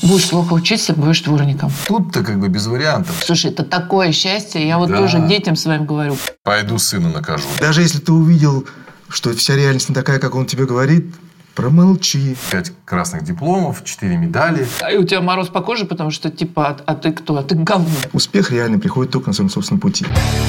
Будешь плохо учиться, будешь дворником. Тут-то как бы без вариантов. Слушай, это такое счастье. Я вот тоже детям своим говорю. Пойду сына накажу. Даже если ты увидел, что вся реальность не такая, как он тебе говорит, промолчи. 5 красных дипломов, 4 медали. И у тебя мороз по коже, потому что типа, а ты кто? А ты говно. Успех реально приходит только на своем собственном пути.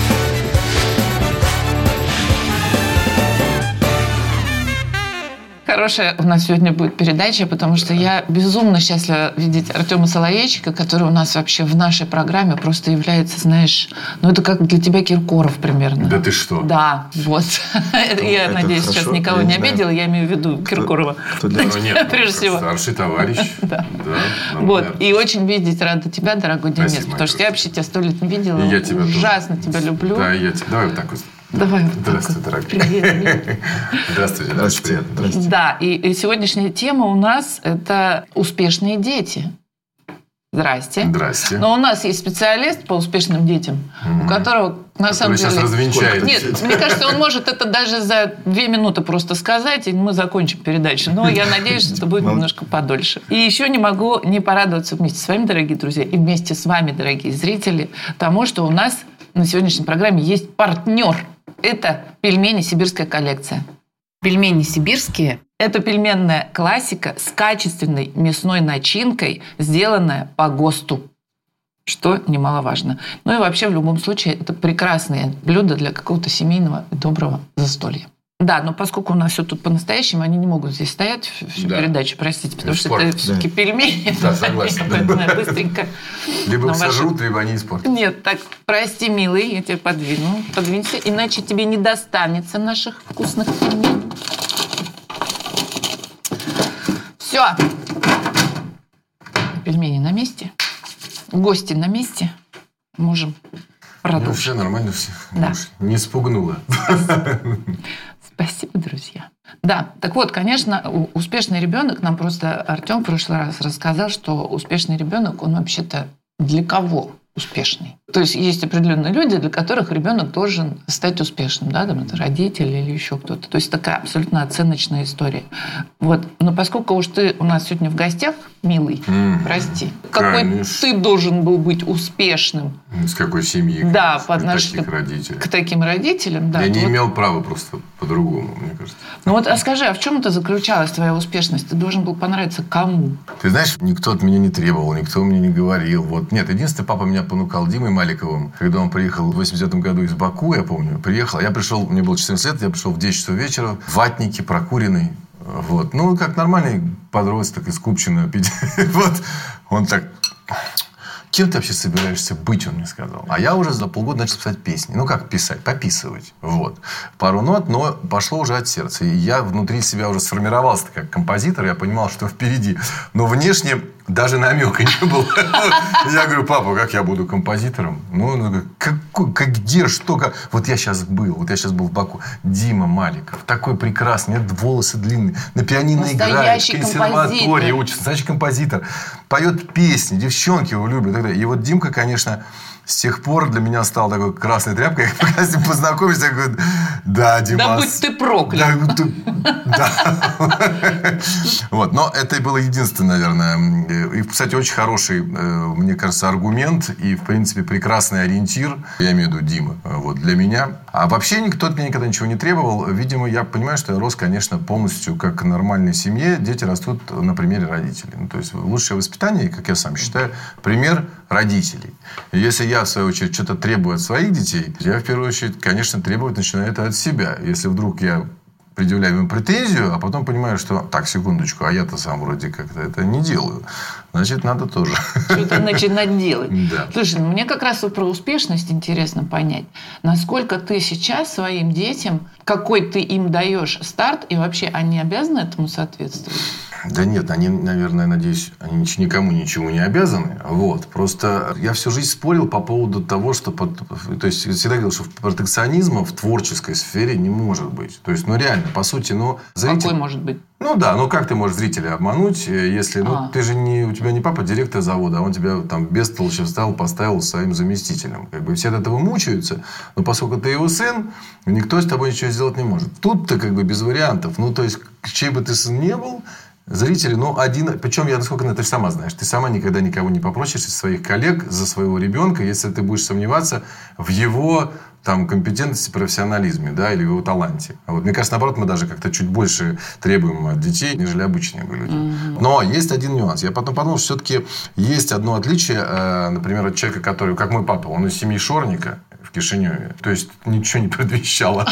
Хорошая у нас сегодня будет передача, потому что я безумно счастлива видеть Артема Соловейчика, который у нас вообще в нашей программе просто является, знаешь, ну это как для тебя Киркоров примерно. Да ты что? Да, вот. Я надеюсь, сейчас никого не обидела, я имею в виду Киркорова. Прежде всего. Старший товарищ. Да. Вот. И очень видеть рада тебя, дорогой Денис, потому что я вообще тебя 100 лет не видела. И я тебя ужасно тебя люблю. Да, я тебя. Давай вот так вот. Давай. Здравствуй, дорогой. Привет. Здравствуйте. Здравствуйте. Да, и сегодняшняя тема у нас – это успешные дети. Здрасте. Здрасте. Но у нас есть специалист по успешным детям, у которого, на самом деле... сейчас развенчает. Нет, мне кажется, он может это даже за 2 минуты просто сказать, и мы закончим передачу. Но я надеюсь, что это будет немножко подольше. И еще не могу не порадоваться вместе с вами, дорогие друзья, и вместе с вами, дорогие зрители, тому, что у нас на сегодняшней программе есть партнер. Это пельмени «Сибирская коллекция». Пельмени сибирские – это пельменная классика с качественной мясной начинкой, сделанная по ГОСТу, что немаловажно. Ну и вообще, в любом случае, это прекрасное блюдо для какого-то семейного и доброго застолья. Да, но поскольку у нас все тут по-настоящему, они не могут здесь стоять всю передачу, простите, потому что это все-таки пельмени. Да, согласен. Быстренько. Либо их сожрут, либо они испортят. Нет, так, прости, милый, я тебя подвину. Подвинься, иначе тебе не достанется наших вкусных пельменей. Все. Пельмени на месте. Гости на месте. Можем продолжить. Ну, все нормально, все. Да. Не спугнуло. Спасибо, друзья. Да, так вот, конечно, успешный ребенок, нам просто Артем в прошлый раз рассказал, что успешный ребенок, он вообще-то для кого успешный? То есть есть определенные люди, для которых ребенок должен стать успешным, да, там это родители или еще кто-то. То есть такая абсолютно оценочная история. Вот. Но поскольку уж ты у нас сегодня в гостях, милый, прости, какой ты должен был быть успешным? С какой семьи? Да, к таких родителям. К таким родителям, да. Я не имел права просто по-другому, мне кажется. Ну вот, а скажи, а в чем это заключалась твоя успешность? Ты должен был понравиться кому? Ты знаешь, никто от меня не требовал, никто мне не говорил. Вот. Нет, единственное, папа меня понукал Димой Маликовым. Когда он приехал в 89 году из Баку, я помню, приехал. Я пришел, мне было 14 лет, я пришел в 10 часов вечера, в ватнике, прокуренный. Вот. Ну, как нормальный подросток из Купчино. Вот. Он так... Кем ты вообще собираешься быть, он мне сказал. А я уже за полгода начал писать песни. Ну, как писать? Пописывать. Вот. Пару нот, но пошло уже от сердца. И я внутри себя уже сформировался как композитор. Я понимал, что впереди. Но внешне даже намека не было. Я говорю, папа, как я буду композитором? Ну, он говорит, где, что, как? Вот я сейчас был в Баку. Дима Маликов. Такой прекрасный. У меня волосы длинные. На пианино играет. В консерватории учится. Настоящий композитор. Поет песни. Девчонки его любят. И вот Димка, конечно, с тех пор для меня стал такой красной тряпкой. Когда с ним познакомились, я говорю, да, Димас. Да будь ты проклят. Да. Вот. Но это было единственное, наверное. И, кстати, очень хороший, мне кажется, аргумент. И, в принципе, прекрасный ориентир. Я имею в виду Дима. Вот, для меня. А вообще никто от меня никогда ничего не требовал. Видимо, я понимаю, что я рос, конечно, полностью как в нормальной семье. Дети растут на примере родителей. Ну, то есть, лучшее воспитание, как я сам считаю, пример родителей. И если я, в свою очередь, что-то требую от своих детей, я, в первую очередь, конечно, требовать начинаю это от себя. Если вдруг я предъявляю им претензию, а потом понимаю, что так, секундочку, а я-то сам вроде как-то это не делаю. Значит, надо тоже. Что-то начинать делать. Да. Слушай, ну, мне как раз вот про успешность интересно понять. Насколько ты сейчас своим детям, какой ты им даешь старт, и вообще они обязаны этому соответствовать? Да нет, они, наверное, надеюсь, они никому ничего не обязаны. Вот. Просто я всю жизнь спорил по поводу того, что... То есть, всегда говорил, что протекционизма в творческой сфере не может быть. То есть, ну, реально, по сути, ну... Зритель... Какой может быть? Ну, да. Ну, как ты можешь зрителя обмануть, если... Ну, ты же не... У тебя не папа директор завода, а он тебя там без толщи встал, поставил своим заместителем. Как бы все от этого мучаются. Но поскольку ты его сын, никто с тобой ничего сделать не может. Тут-то как бы без вариантов. Ну, то есть, чей бы ты сын не был... зрители, один... Причем, ты же сама знаешь, ты сама никогда никого не попросишь из своих коллег за своего ребенка, если ты будешь сомневаться в его компетентности, профессионализме, или в его таланте. Мне кажется, наоборот, мы даже как-то чуть больше требуем от детей, нежели обычные люди. Но есть один нюанс. Я потом подумал, что все-таки есть одно отличие, например, от человека, который, как мой папа, он из семьи Шорника в Кишиневе. То есть, ничего не предвещало.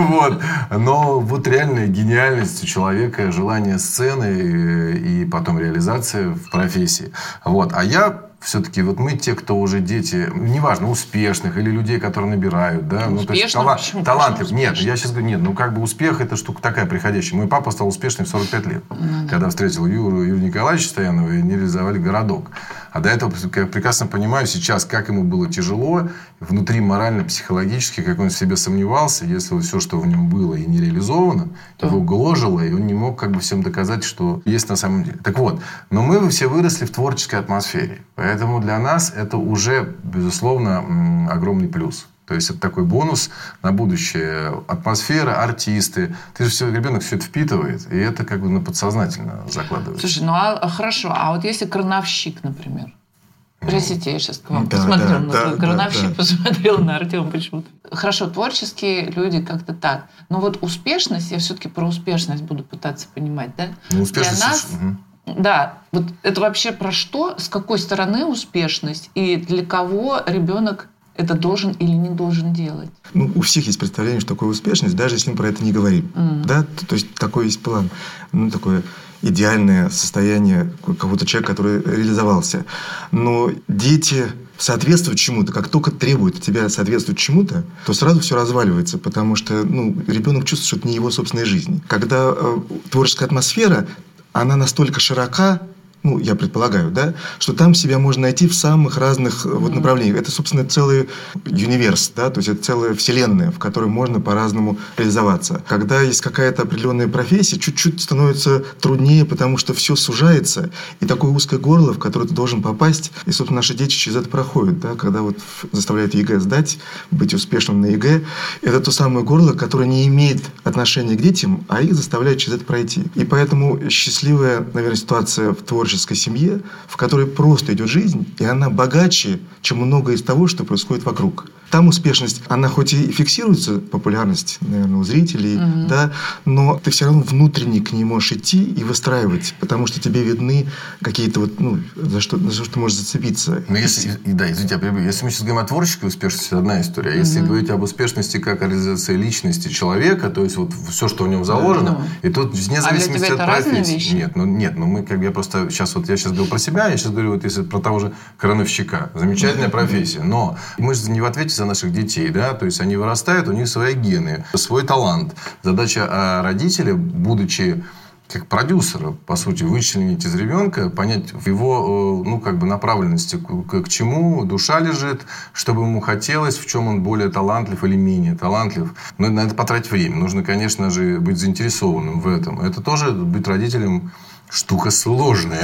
Но реальная гениальность у человека, желание сцены и потом реализация в профессии. А я... Все-таки мы те, кто уже дети, неважно, успешных или людей, которые набирают, талантлив. Нет, я сейчас говорю, успех это штука такая приходящая. Мой папа стал успешным в 45 лет, когда встретил Юрию Николаевича Стоянова, и они реализовали «Городок». А до этого, я прекрасно понимаю сейчас, как ему было тяжело, внутри морально, психологически, как он в себе сомневался, если все, что в нем было и не реализовано, его гложило, и он не мог всем доказать, что есть на самом деле. Так вот, но мы все выросли в творческой атмосфере. Поэтому для нас это уже, безусловно, огромный плюс. То есть, это такой бонус на будущее. Атмосфера, артисты. Ребенок все это впитывает. И это подсознательно закладывается. Слушай, хорошо. А если крановщик, например? Простите, я сейчас к вам посмотрела на твой крановщик, посмотрела на Артема почему-то. Хорошо, творческие люди как-то так. Но успешность, я все-таки про успешность буду пытаться понимать, да? Успешность... Для нас... Да, это вообще про что, с какой стороны успешность и для кого ребенок это должен или не должен делать? У всех есть представление, что такое успешность, даже если мы про это не говорим. Да? То есть, такой есть план. Такое идеальное состояние какого-то человека, который реализовался. Но дети соответствуют чему-то, как только требуют от тебя соответствовать чему-то, то сразу все разваливается, потому что ребенок чувствует, что это не его собственная жизнь. Когда творческая атмосфера, она настолько широка, я предполагаю, да, что там себя можно найти в самых разных направлениях. Это, собственно, целый универс, да, то есть это целая вселенная, в которой можно по-разному реализоваться. Когда есть какая-то определенная профессия, чуть-чуть становится труднее, потому что все сужается, и такое узкое горло, в которое ты должен попасть, и, собственно, наши дети через это проходят, да, когда заставляют ЕГЭ сдать, быть успешным на ЕГЭ, это то самое горло, которое не имеет отношения к детям, а их заставляет через это пройти. И поэтому счастливая, наверное, ситуация в творчестве семье, в которой просто идет жизнь, и она богаче, чем многое из того, что происходит вокруг. Там успешность, она хоть и фиксируется, популярность, наверное, у зрителей, да, но ты все равно внутренне к ней можешь идти и выстраивать, потому что тебе видны какие-то за что ты можешь зацепиться. Но извините, я перебью. Если мы сейчас говорим о творческой успешности, это одна история. А если говорить об успешности как о реализации личности человека, то есть все, что в нем заложено, и тут вне зависимости от профессии. Нет, мы я просто я сейчас говорю про себя, я сейчас говорю если про того же крановщика. Замечательная профессия. Но мы же не в ответе за наших детей, да, то есть они вырастают, у них свои гены, свой талант. Задача родителя, будучи как продюсера, по сути, вычленить из ребенка, понять его, направленности, к чему душа лежит, что бы ему хотелось, в чем он более талантлив или менее талантлив. Но на это потратить время. Нужно, конечно же, быть заинтересованным в этом. Это тоже быть родителем штука сложная,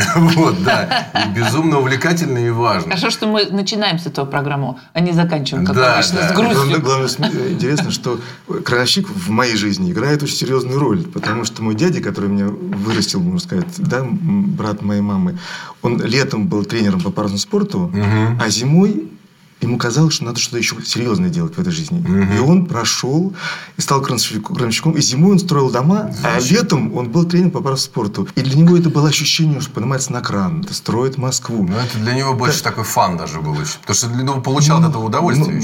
и безумно увлекательная и важная. Хорошо, что мы начинаем с этого программу, а не заканчиваем, как обычно, с грустью. Главное, интересно, что крановщик в моей жизни играет очень серьезную роль, потому что мой дядя, который меня вырастил, можно сказать, да, брат моей мамы, он летом был тренером по парусному спорту, а зимой ему казалось, что надо что-то еще серьезное делать в этой жизни. И он прошел и стал крановщиком. И зимой он строил дома, а летом он был тренером по паруспорту. И для него это было ощущение, что поднимается на кран, строит Москву. Но это для него больше такой фан даже был. Потому что для него получал от этого удовольствие.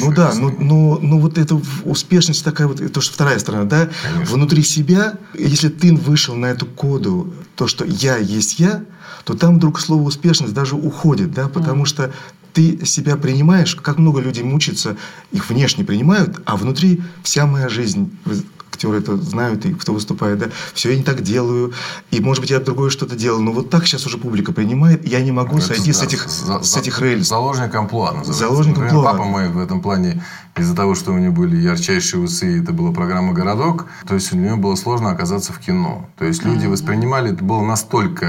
Но эта успешность такая, то, что вторая сторона, да, внутри себя, если ты вышел на эту коду, то, что я есть я, то там вдруг слово успешность даже уходит, да, потому что ты себя принимаешь, как много людей мучаются, их внешне принимают, а внутри вся моя жизнь, актеры это знают, и кто выступает, да, все я не так делаю, и, может быть, я другое что-то делал, но так сейчас уже публика принимает, я не могу сойти с этих рельс. Заложник амплуа называется. Заложник амплуа. Папа мой в этом плане, из-за того, что у него были ярчайшие усы, это была программа «Городок», то есть у него было сложно оказаться в кино. То есть люди воспринимали, это было настолько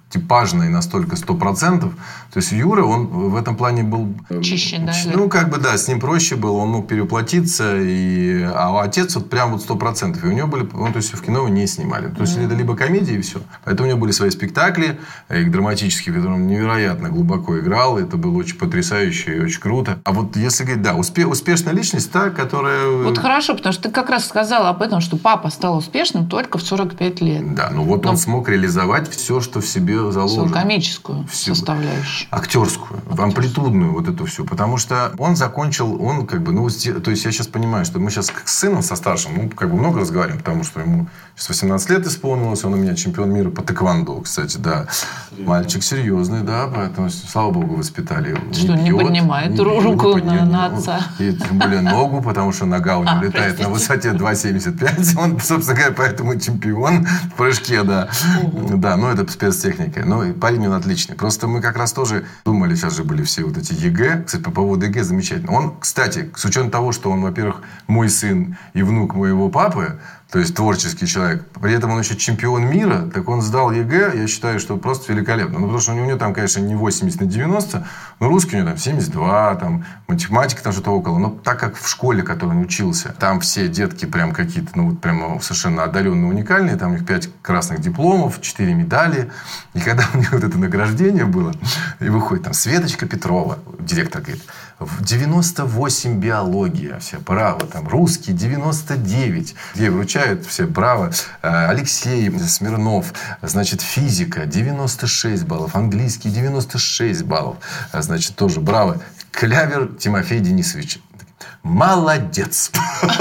типажный настолько 100%. То есть Юра, он в этом плане был... Чище, да? Ну, как бы, да, с ним проще было, он мог переплатиться, а отец вот прям вот 100%. И у него были... то есть в кино его не снимали. То есть это либо комедия, и все. Поэтому у него были свои спектакли, их драматические, в которых он невероятно глубоко играл. Это было очень потрясающе и очень круто. А вот если говорить, да, успешная личность, та, которая... Вот хорошо, потому что ты как раз сказал об этом, что папа стал успешным только в 45 лет. Да, ну вот он смог реализовать все, что в себе заложено. Всю комическую составляющую. Актерскую, амплитудную вот эту всю. Потому что он закончил, он как бы, то есть я сейчас понимаю, что мы сейчас с сыном, со старшим, как бы много разговариваем, потому что ему сейчас 18 лет исполнилось, он у меня чемпион мира по тэквондо, кстати, да. Мальчик серьезный, да, поэтому, слава богу, воспитали. Что не поднимает руку на отца. И тем более ногу, потому что нога у него летает на высоте 2,75. Он, собственно говоря, поэтому чемпион в прыжке, да. Да, ну это спецтехника. Ну, парень он отличный. Просто мы как раз тоже думали, сейчас же были все вот эти ЕГЭ. Кстати, по поводу ЕГЭ замечательно. Он, кстати, с учетом того, что он, во-первых, мой сын и внук моего папы, то есть творческий человек. При этом он еще чемпион мира, так он сдал ЕГЭ, я считаю, что просто великолепно. Ну, потому что у него там, конечно, не 80 на 90, но русский у него там 72, там, математика там что-то около. Но так как в школе, в которой он учился, там все детки прям какие-то, ну, вот прямо совершенно одаренные, уникальные, там у них 5 красных дипломов, 4 медали. И когда у них вот это награждение было, и выходит там Светочка Петрова, директор говорит, 98 биология, все, браво, там, русский 99, ей вручают, все, браво, Алексей Смирнов, значит, физика 96 баллов, английский 96 баллов, значит, тоже браво, Клявер Тимофей Денисович. Молодец,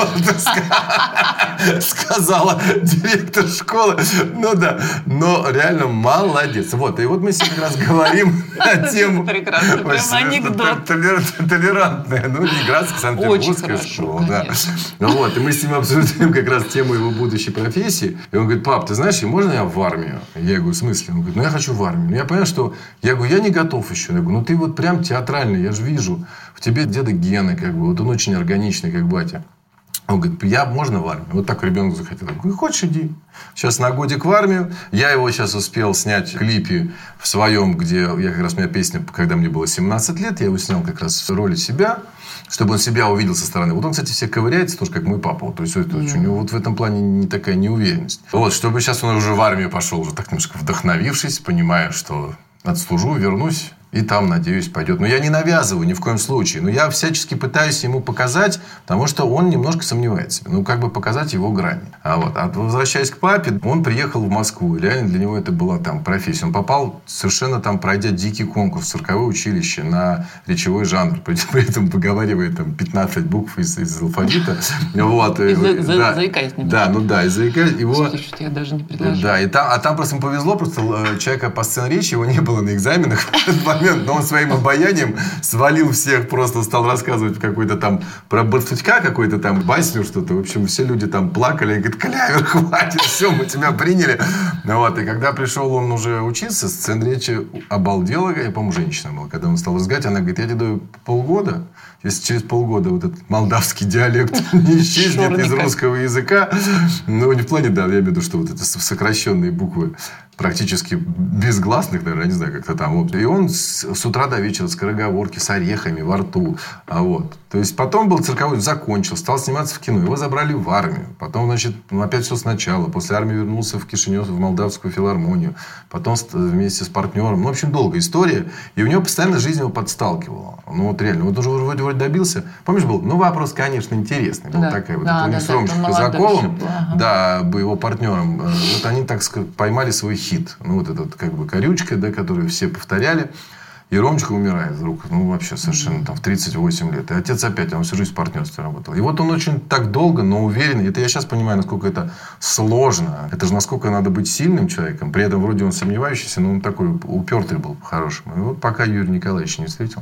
сказала директор школы. Ну да, но реально молодец. Вот, и вот мы сегодня как раз говорим на тему... Прекрасно, прям анекдот. Толерантная, ну, Ленинградская, Санкт-Петербургская школа. Да. Вот, и мы с ним обсуждаем как раз тему его будущей профессии. И он говорит, пап, ты знаешь, можно я в армию? Я говорю, в смысле? Он говорит, ну, я хочу в армию. Ну, я понял, что... Я говорю, я не готов еще. Я говорю, ну, ты вот прям театральный, я же вижу. В тебе деда гены, как бы, вот он очень органичный, как батя. Он говорит, можно в армию? Вот так ребенок захотел. Я говорю, хочешь, иди. Сейчас на годик в армию. Я его сейчас успел снять в клипе в своем, где я как раз, у меня песня, когда мне было 17 лет, я его снял как раз в роли себя, чтобы он себя увидел со стороны. Вот он, кстати, все ковыряется, тоже как мой папа. То есть, у него вот в этом плане не такая неуверенность. Вот, чтобы сейчас он уже в армию пошел, уже так немножко вдохновившись, понимая, что отслужу, вернусь. И там, надеюсь, пойдет. Но я не навязываю ни в коем случае. Но я всячески пытаюсь ему показать, потому что он немножко сомневается. Ну, как бы показать его грани. А возвращаясь к папе, он приехал в Москву. И реально для него это была там профессия. Он попал совершенно там, пройдя дикий конкурс в цирковое училище на речевой жанр. При этом выговаривая там 15 букв из алфавита. Вот. Заикаясь немного. Да, ну да, и заикаясь. Слушай, я даже не предложил. Да, а там просто ему повезло. Просто человека по сцене речи его не было на экзаменах. Но он своим обаянием свалил всех, просто стал рассказывать какой-то там про Барсучка, какой-то там басню что-то. В общем, все люди там плакали. И говорят, Клявер, хватит, все, мы тебя приняли. Вот. И когда пришел он уже учиться, сцена речи обалдела. Я, по-моему, женщина была. Когда он стал разговаривать, она говорит, я тебе даю полгода. Если через полгода вот этот молдавский диалект не исчезнет из русского языка. Ну, не в плане, да, я имею в виду, что вот это сокращенные буквы практически безгласных, наверное, я не знаю, как-то там. Вот. И он с утра до вечера скороговорки с орехами во рту. Вот. То есть, потом был цирковой, закончил, стал сниматься в кино. Его забрали в армию. Потом, значит, опять все сначала. После армии вернулся в Кишинев, в Молдавскую филармонию. Потом вместе с партнером. Ну, в общем, долгая история. И у него постоянно жизнь его подсталкивала. Ну, вот реально. Вот уже вроде добился. Помнишь, был? Ну, вопрос, конечно, интересный. Был такая вот. У них с Ромчиком Казаковым, да, его партнером. Вот они, так сказать, поймали свой хит. Ну, вот этот, как бы, корючка, да, которую все повторяли. И Ромочка умирает вдруг. Ну, вообще, совершенно там в 38 лет. И отец опять, он всю жизнь в партнерстве работал. И вот он очень так долго, но уверенно. Это я сейчас понимаю, насколько это сложно. Это же насколько надо быть сильным человеком. При этом вроде он сомневающийся, но он такой упертый был по-хорошему. И вот пока Юрий Николаевич не встретил.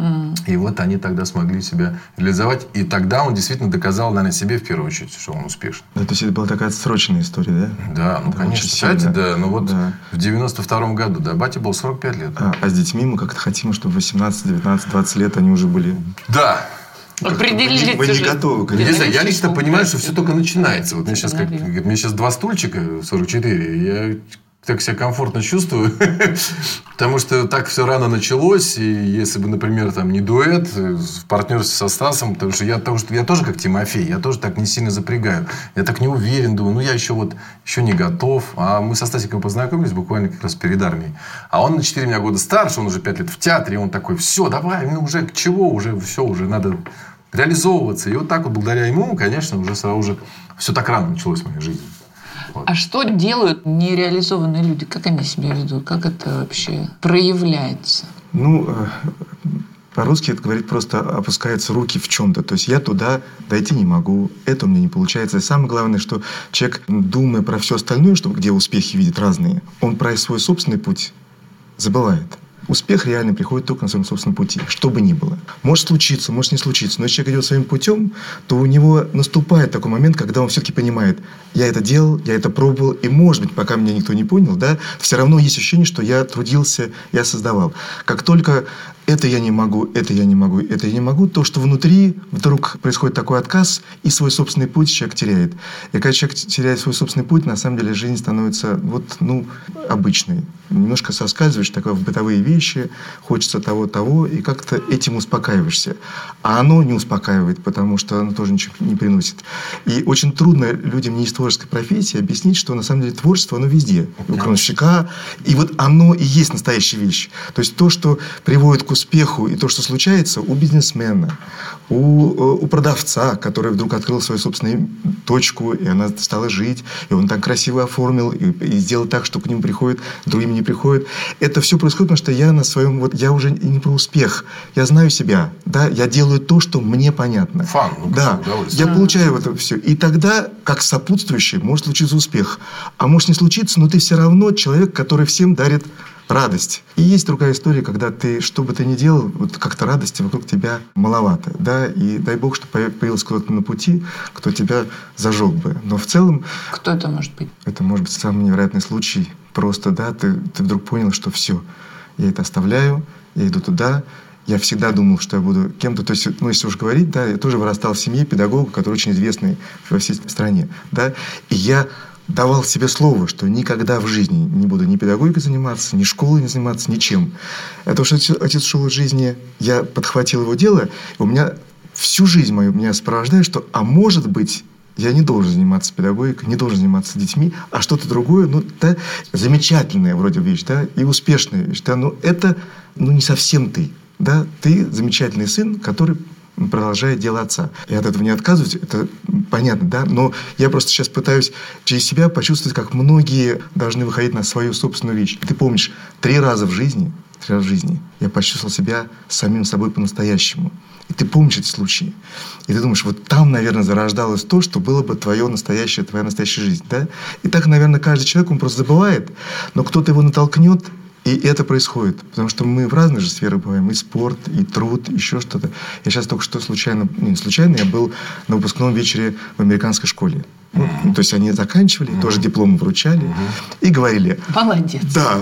И вот они тогда смогли себя реализовать. И тогда он действительно доказал, наверное, себе в первую очередь, что он успешен. Да, то есть, это была такая отсроченная история, да? Да, ну, конечно. Кстати, да. Ну, вот в 92-м году, да, батя был 45 лет. А с детьми мы как-то хотим, чтобы 18, 19, 20 лет они уже были... Да. Определились. Вы не готовы, конечно. Я лично понимаю, что все только начинается. Вот мне сейчас 2 стульчика, 44, и я так себя комфортно чувствую, потому что так все рано началось, и если бы, например, там не дуэт в партнерстве со Стасом, потому что я тоже как Тимофей, я тоже так не сильно запрягаю, я так не уверен, думаю, я еще не готов, а мы со Стасиком познакомились буквально как раз перед армией, а он на 4 года старше, он уже 5 лет в театре, и он такой, все, давай, уже к чего, уже надо реализовываться, и вот так вот благодаря ему, конечно, уже сразу же все так рано началось в моей жизни. Вот. А что делают нереализованные люди? Как они себя ведут? Как это вообще проявляется? По-русски это говорит просто опускаются руки в чем-то. То есть я туда дойти не могу, это у меня не получается. И самое главное, что человек, думая про все остальное, где успехи видит разные, он про свой собственный путь забывает. Успех реально приходит только на своем собственном пути, что бы ни было. Может случиться, может не случиться, но если человек идет своим путем, то у него наступает такой момент, когда он все-таки понимает, я это делал, я это пробовал, и, может быть, пока меня никто не понял, все равно есть ощущение, что я трудился, я создавал. Как только это я не могу, это я не могу, это я не могу, то, что внутри вдруг происходит такой отказ, и свой собственный путь человек теряет. И когда человек теряет свой собственный путь, на самом деле жизнь становится обычной. Немножко соскальзываешь в бытовые вещи, хочется того, и как-то этим успокаиваешься. А оно не успокаивает, потому что оно тоже ничего не приносит. И очень трудно людям не из творческой профессии объяснить, что на самом деле творчество, оно везде. У крановщика, и оно и есть настоящая вещь. То есть то, что приводит к успеху, и то, что случается у бизнесмена, у продавца, который вдруг открыл свою собственную точку, и она стала жить, и он так красиво оформил, и сделал так, что к нему приходит, другим не приходит. Это все происходит, потому что я на своем... я уже не про успех. Я знаю себя. Я делаю то, что мне понятно. Я получаю это все. И тогда, как сопутствующее, может случиться успех. А может не случиться, но ты все равно человек, который всем дарит радость. И есть другая история, когда ты, что бы ты ни делал, как-то радости вокруг тебя маловато. И дай бог, что появился кто-то на пути, кто тебя зажег бы. Но в целом... Кто это может быть? Это может быть самый невероятный случай. Просто, ты вдруг понял, что все, я это оставляю, я иду туда. Я всегда думал, что я буду кем-то. То есть, если уж говорить, я тоже вырастал в семье педагога, который очень известный во всей стране. И я давал себе слово, что никогда в жизни не буду ни педагогикой заниматься, ни школой не заниматься, ничем. Это что отец ушел из жизни, я подхватил его дело, и у меня всю жизнь мою меня сопровождает, что, может быть, я не должен заниматься педагогикой, не должен заниматься детьми, а что-то другое, замечательная вроде вещь, и успешная вещь, но это, не совсем ты, ты замечательный сын, который продолжает дело отца. И от этого не отказывать, это понятно, но я просто сейчас пытаюсь через себя почувствовать, как многие должны выходить на свою собственную вещь. Ты помнишь, 3 раза в жизни я почувствовал себя самим собой по-настоящему. И ты помнишь эти случаи. И ты думаешь, там, наверное, зарождалось то, что было бы твоя настоящая жизнь. И так, наверное, каждый человек, он просто забывает, но кто-то его натолкнет, и это происходит. Потому что мы в разных же сферах бываем. И спорт, и труд, еще что-то. Я сейчас только что не случайно, я был на выпускном вечере в американской школе. То есть они заканчивали, тоже дипломы вручали. И говорили... Молодец.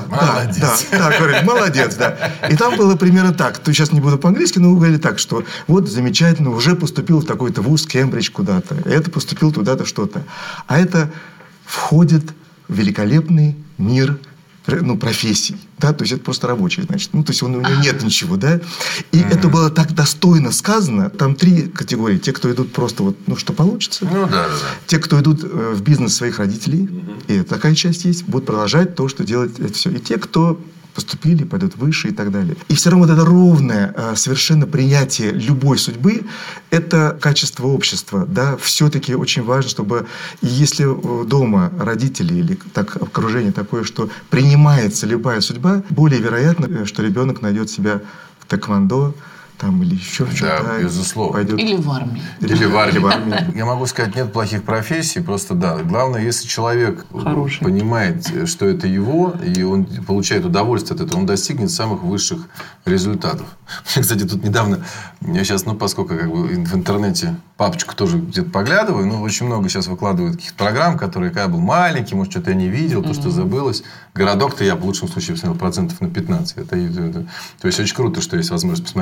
Говорили, молодец, И там было примерно так. То сейчас не буду по-английски, но говорили так, что замечательно, уже поступил в такой-то вуз, Кембридж куда-то. Это поступил туда-то что-то. А это входит в великолепный мир профессий, то есть это просто рабочий, значит, то есть у него нет ничего, и это было так достойно сказано. Там 3 категории: те, кто идут просто что получится, те, кто идут в бизнес своих родителей, и такая часть есть, будут продолжать то, что делать это все, и те, кто поступили, пойдут выше и так далее. И все равно это ровное совершенно принятие любой судьбы – это качество общества. Все-таки очень важно, чтобы если дома родители или окружение такое, что принимается любая судьба, более вероятно, что ребенок найдет себя в тэквондо, или еще в чем-то. Безусловно. Пойдет. Или в армии. Или в армии. Я могу сказать, нет плохих профессий, просто Главное, если человек понимает, что это его, и он получает удовольствие от этого, он достигнет самых высших результатов. Кстати, тут недавно, я сейчас, поскольку в интернете папочку тоже где-то поглядываю, очень много сейчас выкладывают каких-то программ, которые, когда я был маленький, может, что-то я не видел, то, что забылось. Городок-то я в лучшем случае посмотрел 15%. То есть очень круто, что есть возможность посмотреть.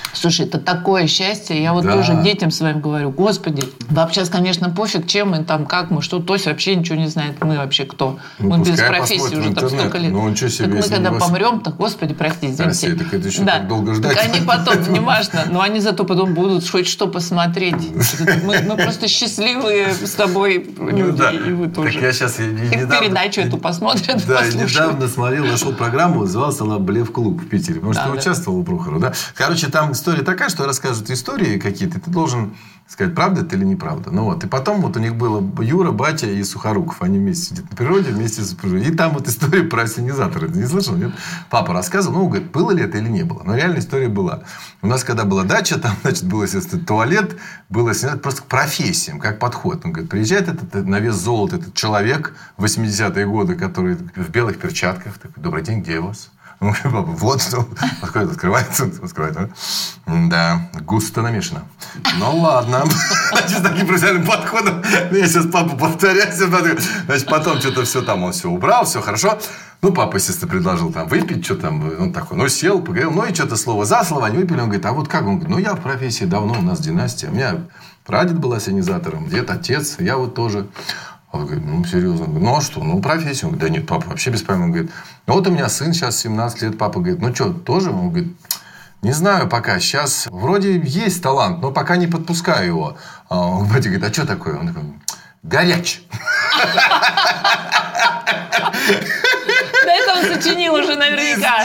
Слушай, это такое счастье. Я вот тоже детям своим говорю, господи, вам сейчас, конечно, пофиг, чем мы там, как мы, что. Тося вообще ничего не знает. Мы вообще кто? Ну, мы без профессии уже там столько лет. Ну, себе, так мы когда помрем, так, господи, прости, извините. Так это еще так долго ждать. Так они потом, не важно, но они зато потом будут хоть что посмотреть. Мы просто счастливые с тобой люди, и вы тоже. Так я сейчас передачу эту посмотрят. Да, я недавно смотрел, нашел программу, называлась она «Блеф-клуб» в Питере. Потому что ты участвовал у Прохорова, да? Короче, там история такая, что рассказывают истории какие-то, ты должен сказать, правда это или неправда. Ну вот, и потом вот у них было Юра, Батя и Сухоруков. Они вместе сидят на природе, вместе с супругой. И там вот история про ассенизатор. Ты не слышал, нет? Папа рассказывал, ну, говорит, было ли это или не было. Но реально история была. У нас, когда была дача, там, значит, был, естественно, туалет, был ассенизатор просто к профессиям, как подход. Он говорит, приезжает этот на вес золота этот человек в 80-е годы, который в белых перчатках. Такой, добрый день, где у вас? Ну, папа, вот, подходит, открывается. Да, густо намешано. Ну, ладно. С таким профессиональным подходом. Я сейчас папу повторяюсь. Значит, потом что-то все там, он все убрал, все хорошо. Ну, папа, естественно, предложил там выпить, что там, он такой, ну, сел, поговорил, ну, и что-то слово за слово, они выпили. Он говорит, а вот как? Он говорит, ну, я в профессии давно, у нас династия. У меня прадед был ассенизатором, дед, отец, я вот тоже. Он говорит, ну, серьезно. Ну, а что? Ну, профессия. Он говорит, да нет, папа, вообще без проблем. Он говорит, ну, вот у меня сын сейчас 17 лет. Папа говорит, ну, что, тоже? Он говорит, не знаю пока. Сейчас вроде есть талант, но пока не подпускаю его. Батя говорит, а что такое? Он такой, горяч. Да это он сочинил уже наверняка.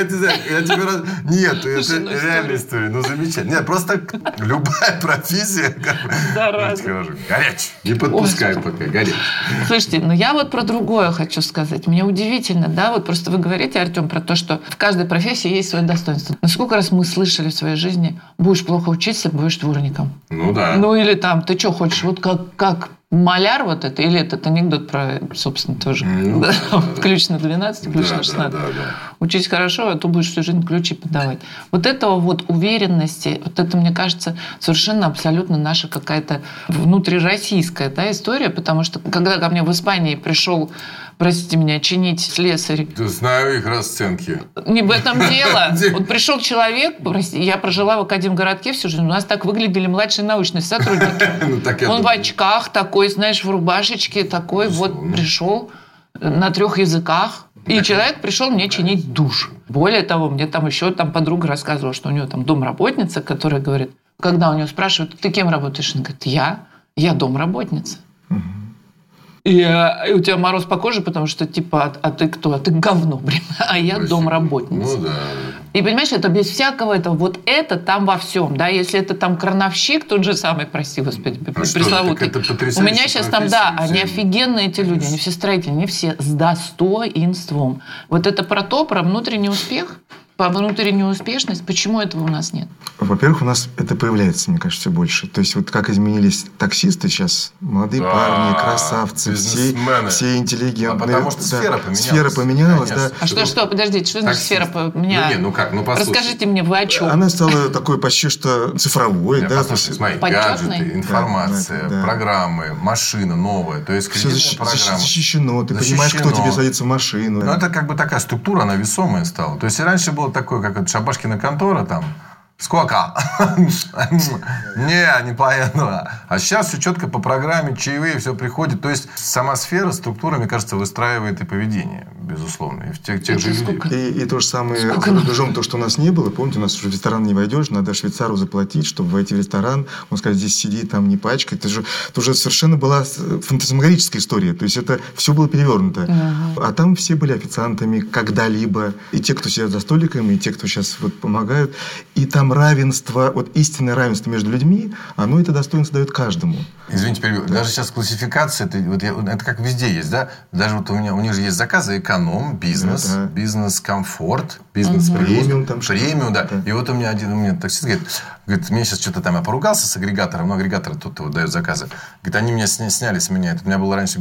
Нет, это реальная история. Ну, замечательно. Нет, просто любая профессия. Горяч. Не подпускай пока, горяч. Слушайте, ну я вот про другое хочу сказать. Мне удивительно, да, вот просто вы говорите, Артем, про то, что в каждой профессии есть свое достоинство. Но сколько раз мы слышали в своей жизни, будешь плохо учиться, будешь дворником. Ну да. Ну или там, ты что хочешь, вот как маляр вот это, или этот анекдот про, собственно, тоже. Ключ на 12, ключ на 16. Учись хорошо, а то будешь всю жизнь ключи подавать. Вот этого вот уверенности, вот это, мне кажется, совершенно абсолютно наша какая-то внутрироссийская, да, история, потому что когда ко мне в Испании пришел, простите меня, чинить слесарь. Да знаю их расценки. Не в этом дело. Вот пришел человек, я прожила в Академгородке всю жизнь, у нас так выглядели младшие научные сотрудники. Он в очках такой, знаешь, в рубашечке такой, вот пришел на 3 языках. И человек пришел мне чинить душ. Более того, мне там еще подруга рассказывала, что у нее там домработница, которая говорит, когда у нее спрашивают, ты кем работаешь? Она говорит, я домработница. И у тебя мороз по коже, потому что, типа, а ты кто? А ты говно, блин. А я домработница. Ну, да. И, понимаешь, это без всякого этого. Вот это там во всем, да. Если это там крановщик, тот же самый, прости, господи, пресловутый. У меня сейчас там, да, они офигенные эти люди. Они все строители, они все с достоинством. Вот это про внутренний успех, по внутреннюю успешность. Почему этого у нас нет? Во-первых, у нас это появляется, мне кажется, все больше. То есть, вот как изменились таксисты сейчас, молодые парни, красавцы, все интеллигентные. Потому что сфера поменялась. Сфера поменялась, да. А что, подождите, что значит сфера поменялась? Ну как, ну послушай. Расскажите мне, вы о чем? Она стала такой почти что цифровой, да. Смотри, гаджеты, информация, программы, машина новая. То есть все защищено, ты понимаешь, кто тебе садится в машину. Ну это как бы такая структура, она весомая стала. То есть раньше было такое, как это Шабашкина контора там. Сколько? Не поеду. А сейчас все четко по программе, чаевые, все приходит. То есть сама сфера, структура, мне кажется, выстраивает и поведение, безусловно. И в тех же людях. И то же самое за рубежом, то, что у нас не было. Помните, у нас уже в ресторан не войдешь, надо швейцару заплатить, чтобы войти в ресторан. Он сказать, здесь сиди, там не пачкай. Это уже совершенно была фантасмагорическая история. То есть это все было перевернуто. А там все были официантами когда-либо. И те, кто сидят за столиками, и те, кто сейчас вот помогают. И там равенство, вот истинное равенство между людьми, оно это достоинство дает каждому. Извините, перебью. Даже сейчас классификация, это как везде есть, да? Даже вот у них же есть заказы эконом, бизнес, бизнес-комфорт, бизнес-премиум, премиум, да. И вот у меня таксист говорит, мне сейчас что-то там, я поругался с агрегатором, но агрегатор тут вот дает заказы. Говорит, они меня сняли с меня. У меня был раньше бизнес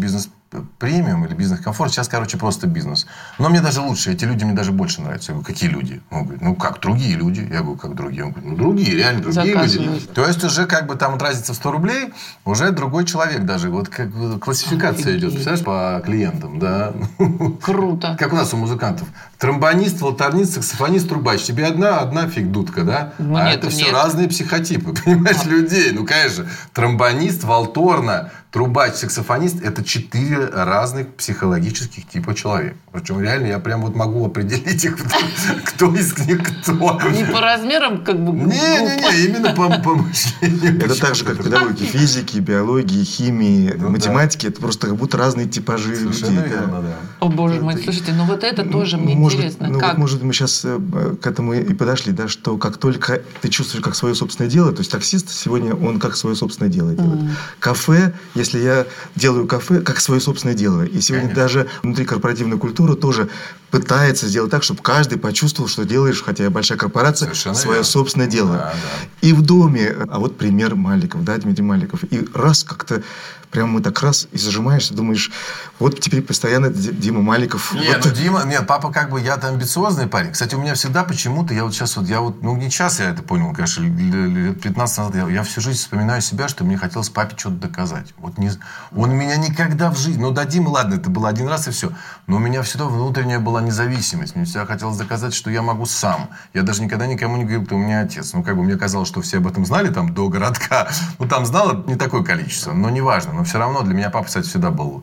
премиум или бизнес-комфорт. Сейчас, короче, просто бизнес. Но мне даже лучше. Эти люди мне даже больше нравятся. Я говорю, какие люди? Он говорит, ну, как другие люди. Я говорю, как другие? Он говорит, ну, другие, реально другие люди. То есть, уже как бы там вот разница в 100 рублей, уже другой человек даже. Вот как классификация идет, представляешь, по клиентам, да. Круто. Как у нас у музыкантов. Тромбонист, валтарнист, саксофонист, трубач. Тебе одна фиг дудка, да? Ну, а нет, это все разные психотипы, понимаешь, людей. Ну, конечно, тромбонист, валторна, трубач, саксофонист – это 4 разных психологических типа человека. Причем реально я прям вот могу определить их, кто из них кто. Не по размерам, как бы. Не, именно по мышлению. Это так же, как педагогики физики, биологии, химии, математики. Это просто как будто разные типажи людей. Совершенно верно, да. О, боже мой, слушайте, ну вот это тоже мне интересно. Ну, Как? может, мы сейчас к этому и подошли, да, что как только ты чувствуешь как свое собственное дело, то есть таксист сегодня, он как свое собственное дело делает. Кафе, если я делаю кафе, как свое собственное дело. И сегодня даже внутри корпоративной культуры тоже пытается сделать так, чтобы каждый почувствовал, что делаешь, хотя большая корпорация, совершенно свое собственное дело. Да. И в доме, а вот пример Маликов, да, Дмитрий Маликов. И раз как-то прямо мы так раз и зажимаешься, думаешь, вот теперь постоянно Дима Маликов. Нет, вот. Нет, папа как бы, я-то амбициозный парень. Кстати, у меня всегда почему-то, я вот сейчас вот, ну не час я это понял, конечно, лет 15 назад, я всю жизнь вспоминаю себя, что мне хотелось папе что-то доказать. Вот он меня никогда в жизни, ну до Димы, ладно, это было один раз и все, но у меня всегда внутренняя была независимость. Мне всегда хотелось доказать, что я могу сам. Я даже никогда никому не говорил, кто у меня отец. Ну, как бы мне казалось, что все об этом знали там до городка. Ну, там знало не такое количество, но неважно. Но все равно для меня папа, кстати, всегда был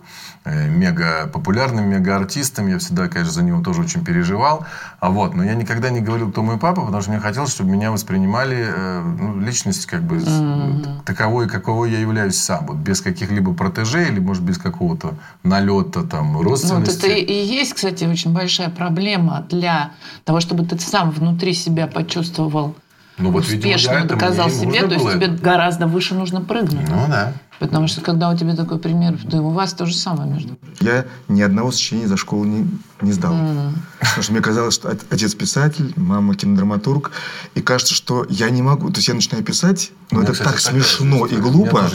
мега популярным, мега артистом. Я всегда, конечно, за него тоже очень переживал. Но я никогда не говорил, кто мой папа, потому что мне хотелось, чтобы меня воспринимали личность как бы таковой, каковой я являюсь сам. Вот без каких-либо протеже или, может, без какого-то налета там родственности. Вот это и есть, кстати, очень большая проблема для того, чтобы ты сам внутри себя почувствовал успешно, доказал себе, то есть тебе гораздо выше нужно прыгнуть. Ну да. Потому что когда у тебя такой пример, да и у вас то же самое, между прочим. Я ни одного сочинения за школу не сдал. Потому что мне казалось, что отец писатель, мама кинодраматург. И кажется, что я не могу. То есть я начинаю писать, но это так смешно и глупо,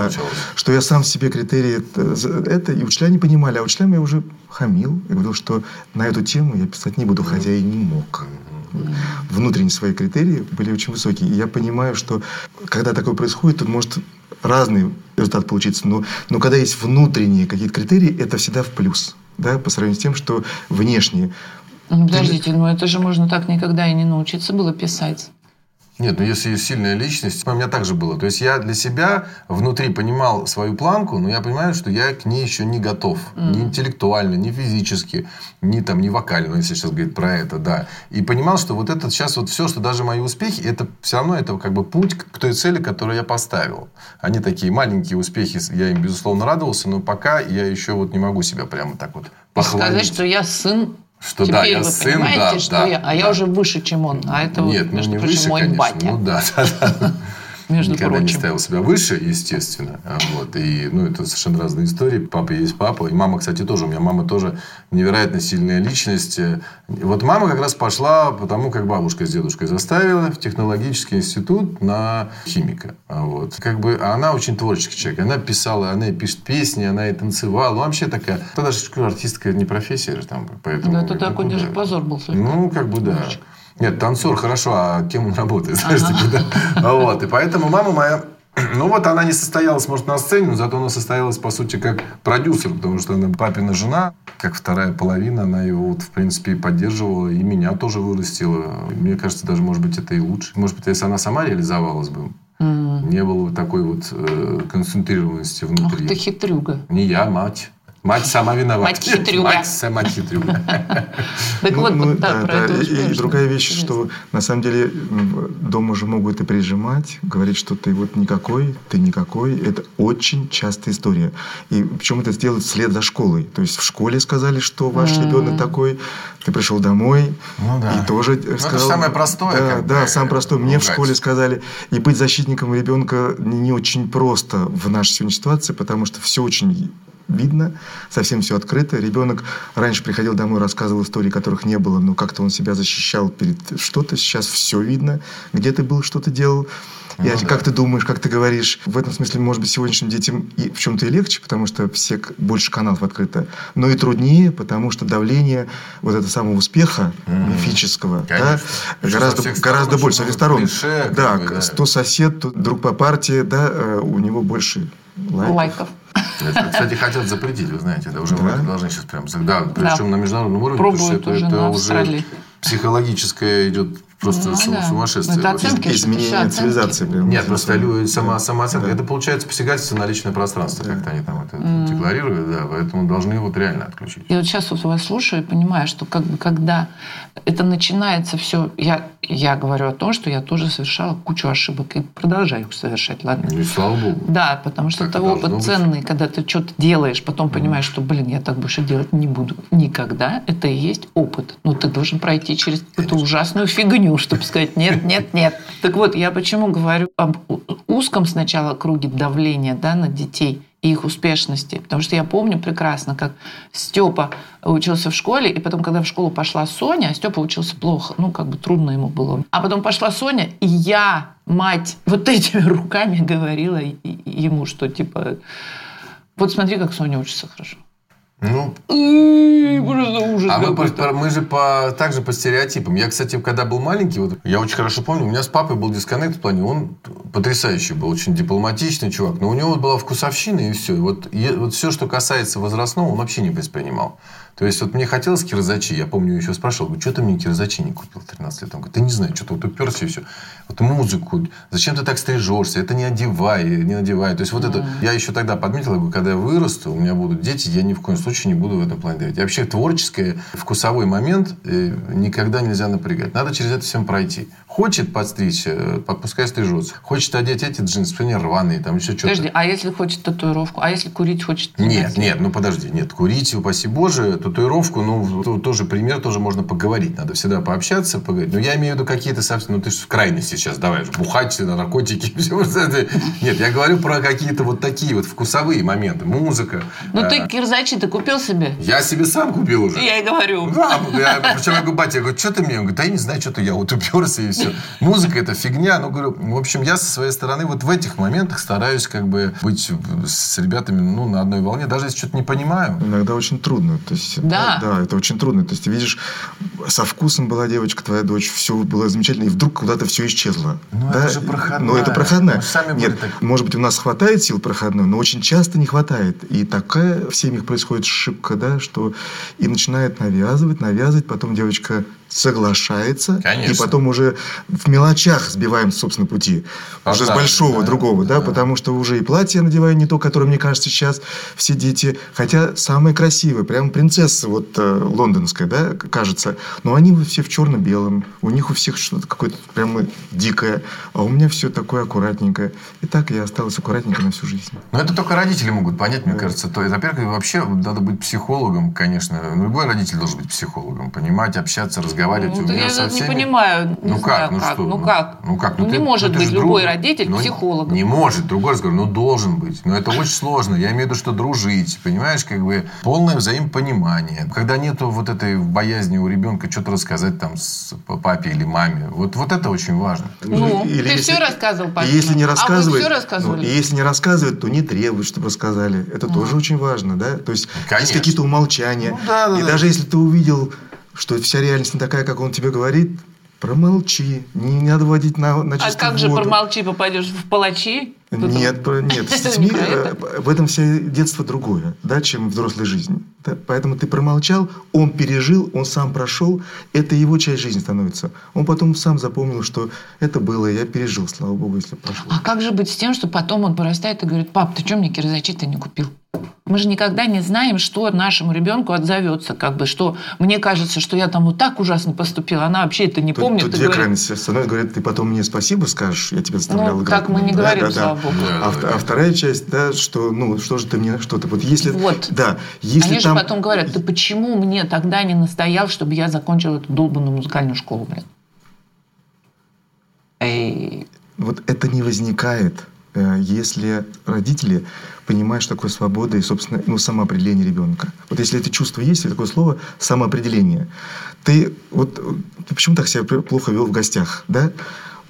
что я сам себе критерии это, и учителя не понимали. А учителям я уже хамил и говорил, что на эту тему я писать не буду, хотя и не мог. Внутренние свои критерии были очень высокие. И я понимаю, что когда такое происходит, то может разный результат получиться. Но когда есть внутренние какие-то критерии, это всегда в плюс. Да, по сравнению с тем, что внешние. Подождите, это же можно так никогда и не научиться было писать. Нет, если есть сильная личность, у меня так же было. То есть я для себя внутри понимал свою планку, но я понимаю, что я к ней еще не готов. Ни интеллектуально, ни физически, ни вокально, если сейчас говорить про это, да. И понимал, что вот это сейчас вот все, что даже мои успехи, это все равно это как бы путь к той цели, которую я поставил. Они такие маленькие успехи, я им, безусловно, радовался, но пока я еще вот не могу себя прямо так вот похвалить. Сказать, что я сын. Что теперь да, я вы сын, понимаете, что я уже выше, чем он. А это, нет, между не прочим, выше, мой конечно. батя. Ну да. Между Никогда прочим. не ставил себя выше, естественно. И, это совершенно разные истории. Папа есть папа. И мама, кстати, тоже. У меня мама тоже невероятно сильная личность. Вот мама как раз пошла потому, как бабушка с дедушкой заставила в технологический институт на химика. А она очень творческий человек. Она писала, она и пишет песни, она и танцевала. Вообще такая. Это даже артистская не профессия же там. Поэтому, это такой даже позор был. Да. Нет, танцор хорошо, а кем он работает? Знаешь, И поэтому мама моя, она не состоялась, может, на сцене, но зато она состоялась, по сути, как продюсер, потому что она папина жена, как вторая половина, она его, в принципе, поддерживала, и меня тоже вырастила. Мне кажется, даже, может быть, это и лучше. Может быть, если она сама реализовалась бы, не было бы такой вот концентрированности внутри. Ах ты хитрюга. Не я, мать. Мать сама виновата. Мать хитрюга. Мать сама хитрюга. Так про это и другая вещь, что на самом деле дома же могут и прижимать, говорить, что ты вот никакой, ты никакой. Это очень частая история. И причем это сделать вслед за школой. То есть в школе сказали, что ваш ребенок такой, ты пришел домой и тоже сказал... Это самое простое. Да, самое простое. Мне в школе сказали, и быть защитником ребенка не очень просто в нашей сегодняшней ситуации, потому что все очень видно, совсем все открыто. Ребенок раньше приходил домой, рассказывал истории, которых не было, но как-то он себя защищал перед что-то. Сейчас все видно, где ты был, что ты делал. Как ты думаешь, как ты говоришь. В этом смысле, может быть, сегодняшним детям и в чем-то и легче, потому что больше каналов открыто, но и труднее, потому что давление вот этого самого успеха мифического, да, гораздо больше со всех сторон. Клише, то сосед, то друг по партии, да, у него больше лайков. Это, кстати, хотят запретить, вы знаете, уже должны сейчас прям, причем на международном уровне, пробуют потому что это уже психологическое идет просто сумасшествие. Это оценки, изменение цивилизации. Нет, просто самооценка. Это получается посягательство на личное пространство, как-то они там это декларируют, поэтому должны его реально отключить. Я вот сейчас вот вас слушаю и понимаю, что когда это начинается все, я говорю о том, что я тоже совершала кучу ошибок и продолжаю их совершать, ладно? И слава богу. Да, потому что это опыт ценный, когда ты что-то делаешь, потом понимаешь, что, я так больше делать не буду никогда. Это и есть опыт. Но ты должен пройти через эту ужасную фигню, чтобы сказать нет, нет, нет. Так вот, я почему говорю об узком сначала круге давления, да, на детей и их успешности. Потому что я помню прекрасно, как Степа учился в школе, и потом, когда в школу пошла Соня, Степа учился плохо, трудно ему было. А потом пошла Соня, и я, мать, вот этими руками говорила ему, что вот смотри, как Соня учится хорошо. Просто ужас. Мы же также по стереотипам. Я, кстати, когда был маленький, я очень хорошо помню, у меня с папой был дисконнект в плане, он потрясающий был, очень дипломатичный чувак, но у него была вкусовщина и все. Вот все, что касается возрастного, он вообще не воспринимал. То есть, мне хотелось кирзачи. Я помню, еще спрашивал, что ты мне кирзачи не купил в 13 лет? Он говорит, ты не знаю, что-то уперся и все. Музыку. Зачем ты так стрижешься? Это не надевай. То есть, это... Я еще тогда подметил, когда я вырасту, у меня будут дети, я ни в коем случае не буду в этом плане давить. И вообще, творческий, вкусовой момент никогда нельзя напрягать. Надо через это всем пройти. Хочет подстричь, пускай стрижется. Хочет одеть эти джинсы, например, рваные, там еще что-то. Подожди, а если хочет татуировку? А если курить хочет? Нет, подожди. Нет, курить, упаси Боже, татуировку, тоже пример, тоже можно поговорить. Надо всегда пообщаться, поговорить. Но я имею в виду какие-то совсем... ты же в крайности сейчас давай, бухать, наркотики. Нет, я говорю про какие-то такие вкусовые моменты. Музыка. Ты кирзачи ты купил себе? Я себе сам купил уже. Я и говорю. Да, причем я говорю, батя, что ты мне? Он говорит, да я не знаю, что-то я уперся и все. Музыка это фигня. В общем, я со своей стороны в этих моментах стараюсь быть с ребятами на одной волне, даже если что-то не понимаю. Иногда очень трудно. То есть, да, это очень трудно. То есть, ты видишь, со вкусом была девочка, твоя дочь, все было замечательно, и вдруг куда-то все исчезло. Это же проходная. Но это проходная. Нет, может быть, у нас хватает сил проходной, но очень часто не хватает. И такая в семьях происходит ошибка, да, что и начинает навязывать, потом девочка соглашается, конечно. И потом уже в мелочах сбиваем с собственного пути. Уже с большого, другого, да, потому что уже и платье надеваю не то, которое, мне кажется, сейчас все дети, хотя самые красивые, прям принцесса лондонская, да, кажется, но они все в черно-белом, у них у всех что-то какое-то прямо дикое, а у меня все такое аккуратненькое. И так я осталась аккуратненько на всю жизнь. Но это только родители могут понять, мне кажется. Во-первых, вообще надо быть психологом, конечно. Любой родитель должен быть психологом, понимать, общаться, разговаривать. Я не понимаю. Как? Не может быть любой родитель психологом. Не может. Другой разговор. Должен быть. Но это очень сложно. Я имею в виду, что дружить. Понимаешь, полное взаимопонимание. Когда нету этой боязни у ребенка что-то рассказать папе или маме. Вот это очень важно. Ты все рассказывал папе. Если не рассказывает, все рассказывали? Если не рассказывает, то не требует, чтобы рассказали. Это тоже очень важно, да? То есть, есть какие-то умолчания. И даже если ты увидел, что вся реальность не такая, как он тебе говорит, промолчи. Не надо вводить на чистую воду. А как же промолчи, попадешь в палачи? Нет. С детьми в этом все детство другое, да, чем взрослая жизнь. Да? Поэтому ты промолчал, он пережил, он сам прошел. Это его часть жизни становится. Он потом сам запомнил, что это было, я пережил, слава богу, если прошло. А как же быть с тем, что потом он вырастает и говорит: пап, ты что мне кирзачи-то не купил? Мы же никогда не знаем, что нашему ребенку отзовется. Что мне кажется, что я там так ужасно поступила, она вообще это не помнит. Тут две крайности. С одной говорит, ты потом мне спасибо скажешь, я тебя заставлял играть. Так мы не говорим, слава богу. А вторая часть, да, что, что же ты мне что-то... Если Они же потом говорят: ты почему мне тогда не настоял, чтобы я закончил эту долбанную музыкальную школу, блин? Это не возникает, если родители понимают, что такое свобода и, собственно, самоопределение ребенка. Если это чувство есть, такое слово самоопределение. Ты почему так себя плохо вел в гостях, да?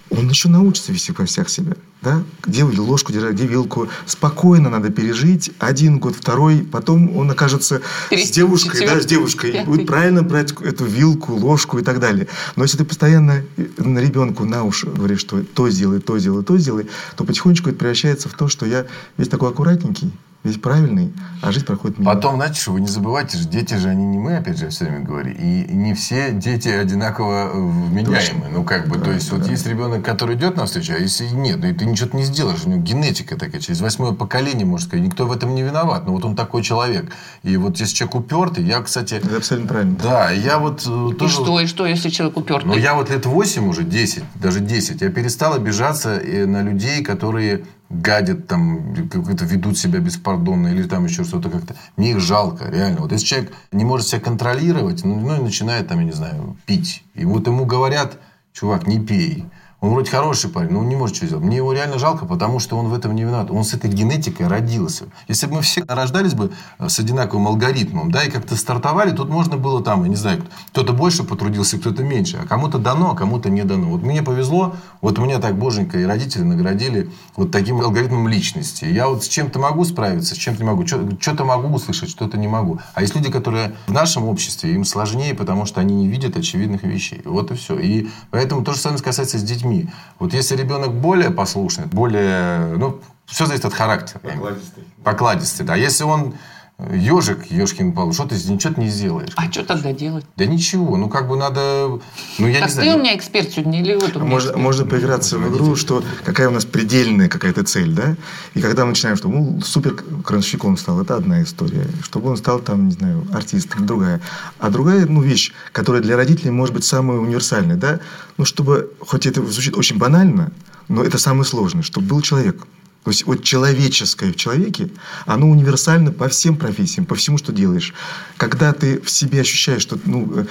он еще научится вести во всех себя. Да? Где ложку держать, где вилку. Спокойно надо пережить. 1 год, 2, потом он окажется с девушкой, да, с девушкой. 5. Будет правильно брать эту вилку, ложку и так далее. Но если ты постоянно ребенку на уши говоришь, что то сделай, то сделай, то сделай, то потихонечку это превращается в то, что я весь такой аккуратненький, весь правильный, а жизнь проходит мимо. Потом, знаете, что вы не забывайте, что дети же, они не мы, опять же, я все время говорю, и не все дети одинаково вменяемы. Ну, как бы, да, то есть, вот есть ребенок, который идет навстречу, а если нет, ну, и ты ничего не сделаешь, у него генетика такая, через 8-е поколение, можно сказать, никто в этом не виноват, но вот он такой человек. И вот если человек упертый, я, кстати... Это абсолютно правильно. Да, я вот тоже... И что, если человек упертый? Ну, я вот лет 8 уже, 10, даже 10, я перестал обижаться на людей, которые... гадят, там, как-то ведут себя беспардонно или там еще что-то как-то. Мне их жалко, реально. Вот если человек не может себя контролировать, ну и начинает, там, я не знаю, пить. И вот ему говорят, чувак, не пей. Он вроде хороший парень, но он не может что сделать. Мне его реально жалко, потому что он в этом не виноват. Он с этой генетикой родился. Если бы мы все рождались бы с одинаковым алгоритмом, да, и как-то стартовали, тут можно было там, я не знаю, кто-то больше потрудился, кто-то меньше. А кому-то дано, а кому-то не дано. Вот мне повезло, вот меня так боженька и родители наградили вот таким алгоритмом личности. Я вот с чем-то могу справиться, с чем-то не могу. Что-то могу услышать, что-то не могу. А есть люди, которые в нашем обществе, им сложнее, потому что они не видят очевидных вещей. Вот и все. И поэтому то же самое касается с детьми. Вот если ребенок более послушный, более... Ну, все зависит от характера. Покладистый, да. Если он ежик, ешкин пал, что ты ничего не сделаешь. А что тогда делать? Да ничего. Ну, как бы надо... Ну, я так не ты знаю. у меня эксперт сегодня или вот у меня можно поиграться в игру, что какая у нас предельная какая-то цель, да? И когда мы начинаем, что супер крановщиком стал, это одна история. Чтобы он стал, там, не знаю, артистом, другая. А другая, вещь, которая для родителей может быть самая универсальная, да? Ну, чтобы, хоть это звучит очень банально, но это самое сложное, чтобы был человек. То есть, вот человеческое в человеке, оно универсально по всем профессиям, по всему, что делаешь. Когда ты в себе ощущаешь, что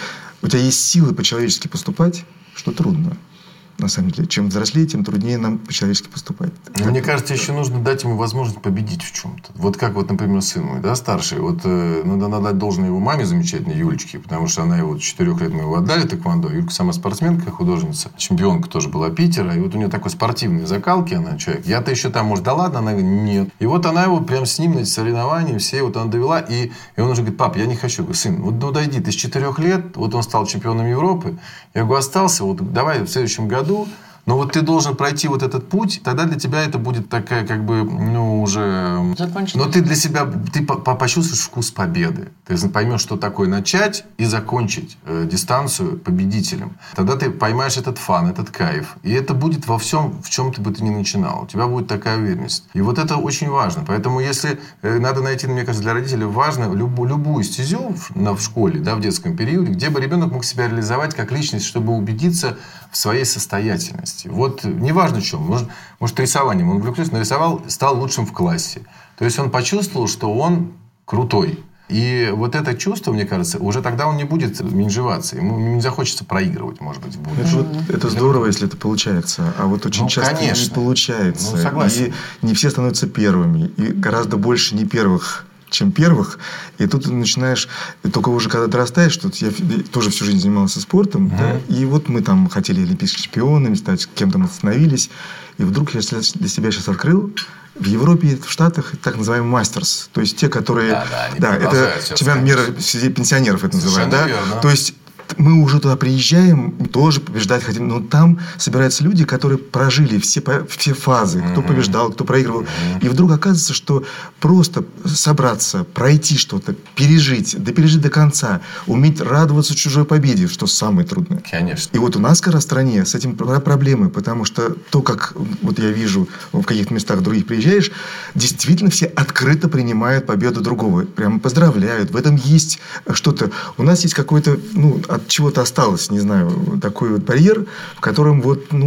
у тебя есть силы по-человечески поступать, что трудно. На самом деле, чем взрослее, тем труднее нам по-человечески поступать. Мне кажется, еще нужно дать ему возможность победить в чем-то. Вот как, вот, например, сын мой, да, старший. Вот надо дать должное его маме замечательной, Юлечке, потому что она его с 4 лет мы его отдали тэквондо. Юлька сама спортсменка, художница, чемпионка тоже была Питера. И вот у нее такой спортивной закалки, она человек. Я-то еще там, может, да ладно, она говорит, нет. И вот она его прям с ним на эти соревнования, все, вот она довела. И он уже говорит, пап, я не хочу. Я говорю, сын, вот дойди, ты с 4 лет, вот он стал чемпионом Европы. Я говорю, остался, вот давай в следующем году. Но вот ты должен пройти вот этот путь, тогда для тебя это будет такая, как бы, уже... Закончено. Но ты для себя, ты почувствуешь вкус победы. Ты поймешь, что такое начать и закончить дистанцию победителем. Тогда ты поймаешь этот фан, этот кайф. И это будет во всем, в чем ты бы ты ни начинал. У тебя будет такая уверенность. И вот это очень важно. Поэтому если надо найти, мне кажется, для родителей важно любую стезю в школе, да, в детском периоде, где бы ребенок мог себя реализовать как личность, чтобы убедиться в своей состоятельности. Вот неважно в чем. Может рисованием он увлекся, нарисовал, стал лучшим в классе. То есть он почувствовал, что он крутой. И вот это чувство, мне кажется, уже тогда он не будет менжеваться. Ему не захочется проигрывать, может быть, в будущем. Это здорово, если это получается. А вот очень часто конечно. Не получается. Согласен. И не все становятся первыми. И гораздо больше не первых, чем первых. И тут ты начинаешь, только уже когда дорастаешь, что я тоже всю жизнь занимался спортом, да, и вот мы там хотели олимпийскими чемпионами стать, кем-то мы остановились, и вдруг я для себя сейчас открыл, в Европе, в Штатах так называемый мастерс, то есть те, которые... Да, это чемпионат мира среди пенсионеров это называют, да? То есть мы уже туда приезжаем, тоже побеждать хотим, но там собираются люди, которые прожили все фазы, кто побеждал, кто проигрывал. И вдруг оказывается, что просто собраться, пройти что-то, пережить до конца, уметь радоваться чужой победе, что самое трудное. Конечно. И вот у нас, в стране, с этим проблемы, потому что то, как вот я вижу в каких-то местах других приезжаешь, действительно все открыто принимают победу другого. Прямо поздравляют. В этом есть что-то. У нас есть какой-то, от чего-то осталось, не знаю, такой вот барьер, в котором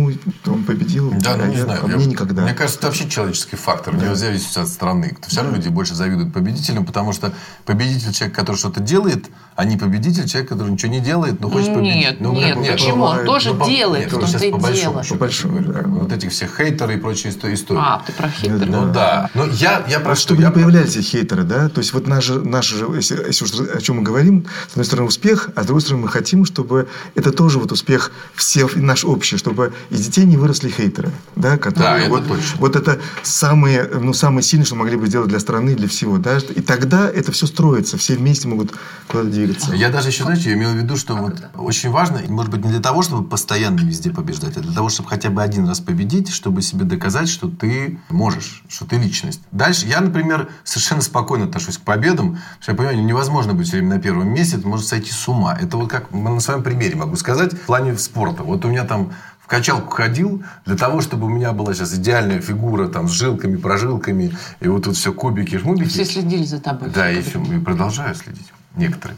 он победил, да, не знаю. Мне никогда. Мне кажется, это вообще человеческий фактор, не зависит от страны. Все равно люди больше завидуют победителям, потому что победитель человек, который что-то делает, а не победитель человек, который ничего не делает, но хочет победить. Нет, почему? Он тоже делает, в том-то и дело. По большому. Вот этих всех хейтеры и прочие истории. А, ты про хейтеры. Да. Но я про что? Чтобы не появлялись эти хейтеры, да? То есть, вот наши же, если о чем мы говорим, с одной стороны, успех, а с другой стороны, мы хотим хотим, чтобы это тоже вот успех всех наш общий, чтобы из детей не выросли хейтеры, да, которые это точно. Вот это самое сильное, что могли бы сделать для страны, для всего, да, и тогда это все строится, все вместе могут куда-то двигаться. Я даже еще, знаете, я имел в виду, что вот очень важно, может быть, не для того, чтобы постоянно везде побеждать, а для того, чтобы хотя бы один раз победить, чтобы себе доказать, что ты можешь, что ты личность. Дальше я, например, совершенно спокойно отношусь к победам, потому что я понимаю, невозможно быть все время на первом месте, это может сойти с ума. Это вот как на своем примере могу сказать в плане спорта. Вот у меня там в качалку ходил для того, чтобы у меня была сейчас идеальная фигура там, с жилками, прожилками, и вот тут все кубики, жмубики. Все следили за тобой. Да, и продолжаю следить. Некоторые.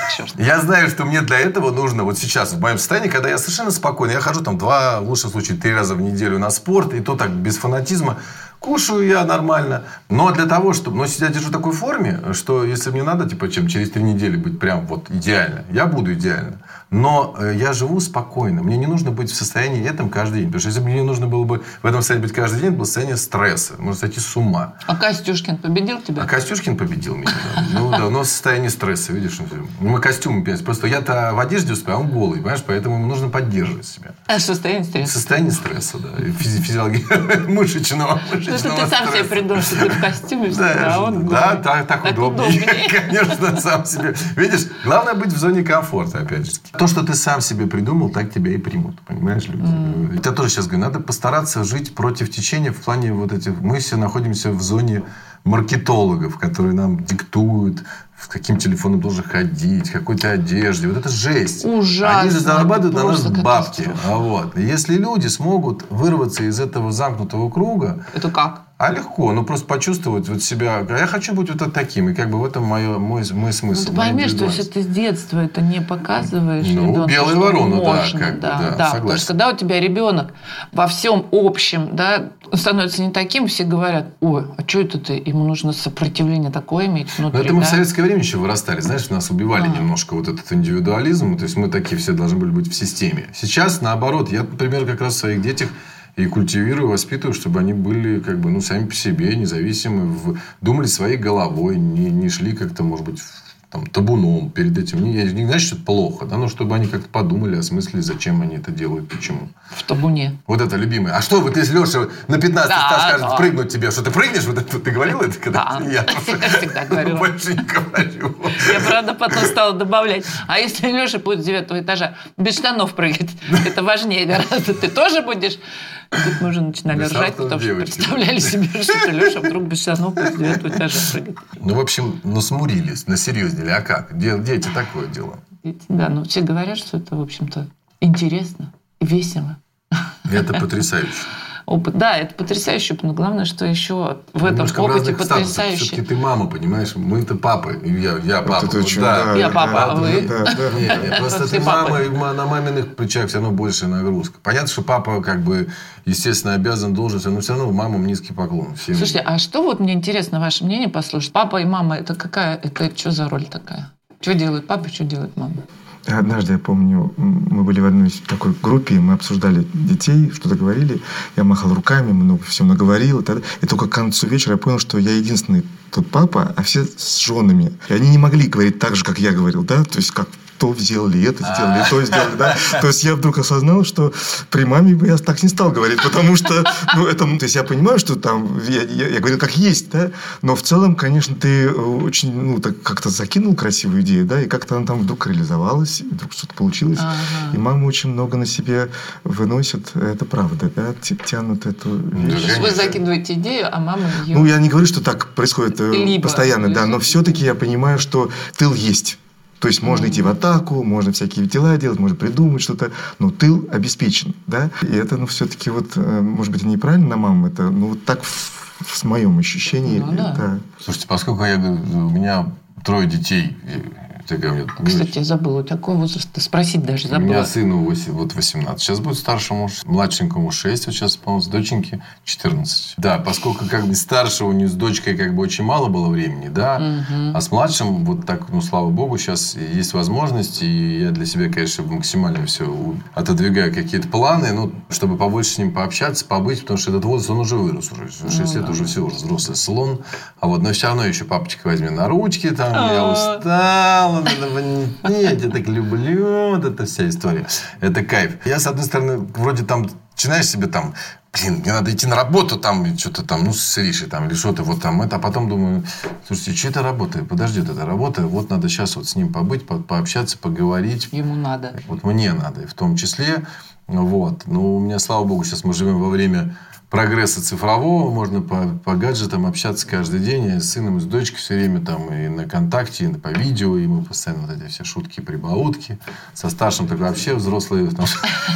Я знаю, что мне для этого нужно вот сейчас, в моем состоянии, когда я совершенно спокойно, я хожу там 2, в лучшем случае 3 раза в неделю на спорт, и то так без фанатизма, кушаю я нормально. Но для того, чтобы... Но я держу в такой форме, что если мне надо, типа, через 3 недели быть прям вот идеально, я буду идеально. Но я живу спокойно. Мне не нужно быть в состоянии этом каждый день. Потому что если бы мне нужно было бы в этом состоянии быть каждый день, это было состояние стресса. Можно сойти с ума. А Костюшкин победил тебя? А Костюшкин победил меня. Ну да, но в состоянии стресса, видишь. Мы костюмы пьем. Просто я-то в одежде успел, а он голый, понимаешь? Поэтому ему нужно поддерживать себя. А в состоянии стресса? В состоянии стресса, да. Физиологии мышечного стресса. Ты сам себе придумал, что ты в костюме, а он голый. Да, так удобнее. Конечно, сам себе. Видишь, главное быть в зоне комфорта, опять же. То, что ты сам себе придумал, так тебя и примут. Понимаешь, люди? Я тоже сейчас говорю, надо постараться жить против течения в плане вот этих... Мы все находимся в зоне маркетологов, которые нам диктуют, с каким телефоном должен ходить, в какой-то одежде. Вот это жесть. Ужасно. Они же зарабатывают на нас бабки. Вот. И если люди смогут вырваться из этого замкнутого круга... Это как? А легко, просто почувствовать вот себя. Я хочу быть вот таким, и как бы в этом мой смысл. Ты поймешь, что если ты с детства это не показываешь, ребенку, белая ворона, можно, да, согласен. Потому что когда у тебя ребенок во всем общем, да, становится не таким, все говорят: ой, а что это ты? Ему нужно сопротивление такое иметь внутри. Но это мы в советское время еще вырастали, знаешь, нас убивали немножко вот этот индивидуализм, то есть мы такие все должны были быть в системе. Сейчас наоборот, я, например, как раз в своих детях и культивирую, воспитываю, чтобы они были как бы, сами по себе, независимы, думали своей головой, не шли как-то, может быть, там, табуном перед этим. Не значит, что это плохо, да, но чтобы они как-то подумали, осмыслили, зачем они это делают, почему. В табуне. Вот это любимое. А что, вот если Леша на 15 скажет прыгнуть тебе, что ты прыгнешь? Вот это, ты говорила это? Когда я всегда говорила. Больше не говорю. Я, правда, потом стала добавлять. А если Леша будет с 9 этажа без штанов прыгать? Это важнее гораздо. Ты тоже будешь? Тут мы уже начинали ржать, потому что представляли себе, что Леша вдруг без штанов с 9 этажа прыгает. В общем, смурились, насерьезнели. А как? Дети такое дело. Да, все говорят, что это, в общем-то, интересно и весело. Это потрясающе. Опыт. Да, это потрясающий, но главное, что еще в этом опыте потрясающий. Все-таки ты мама, понимаешь? Мы-то папы. Я папа. Я папа, а вы? Нет, просто ты мама, и на маминых плечах все равно большая нагрузка. Понятно, что папа, как бы, естественно, обязан, должен, но все равно мамам низкий поклон. Слушайте, а что вот мне интересно ваше мнение послушать? Папа и мама, это что за роль такая? Что делает папа, что делает мама? Однажды, я помню, мы были в одной такой группе, мы обсуждали детей, что-то говорили. Я махал руками, много всего наговорил. И только к концу вечера я понял, что я единственный тут папа, а все с женами. И они не могли говорить так же, как я говорил, да? То есть, как то сделали, это сделали, то сделали, да? То есть, я вдруг осознал, что при маме бы я так не стал говорить, потому что, то есть, я понимаю, что там, я говорил как есть, да? Но в целом, конечно, ты очень, так как-то закинул красивую идею, да? И как-то она там вдруг реализовалась, и вдруг что-то получилось. И мама очень много на себе выносит, это правда, да? Тянут эту вещь. Вы закидываете идею, а мама ее... Я не говорю, что так происходит постоянно, да, но все-таки я понимаю, что тыл есть. То есть, можно идти в атаку, можно всякие дела делать, можно придумать что-то, но тыл обеспечен, да. И это, все-таки, может быть, неправильно на маму, это, так в моем ощущении. Да. Слушайте, поскольку у меня 3 детей... Кстати, я забыла, такой возраст спросить даже забыла. У меня сыну 18. Сейчас будет старшему, младшенькому 6, сейчас, по-моему, с доченьки 14. Да, поскольку как бы старшего с дочкой как бы очень мало было времени, да, а с младшим так, слава богу, сейчас есть возможность, и я для себя, конечно, максимально все отодвигаю какие-то планы, чтобы побольше с ним пообщаться, побыть, потому что этот возраст, он уже вырос, уже 6 лет уже все, уже взрослый слон, но все равно еще папочка возьми на ручки, там, я устал, он этого нет, я так люблю, вот эта вся история. Это кайф. Я, с одной стороны, вроде там начинаешь себе там, мне надо идти на работу, там, что-то там, с Иришей, там, или что-то вот там, это, а потом думаю, слушайте, что это работа? Подожди, это работа, вот надо сейчас вот с ним побыть, пообщаться, поговорить. Ему надо. Вот мне надо, и в том числе, вот. Ну, у меня, слава богу, сейчас мы живем во время прогресса цифрового, можно по гаджетам общаться каждый день. Я с сыном и с дочкой все время там и на контакте, и по видео, и мы постоянно вот эти все шутки, прибаутки. Со старшим так вообще взрослые там,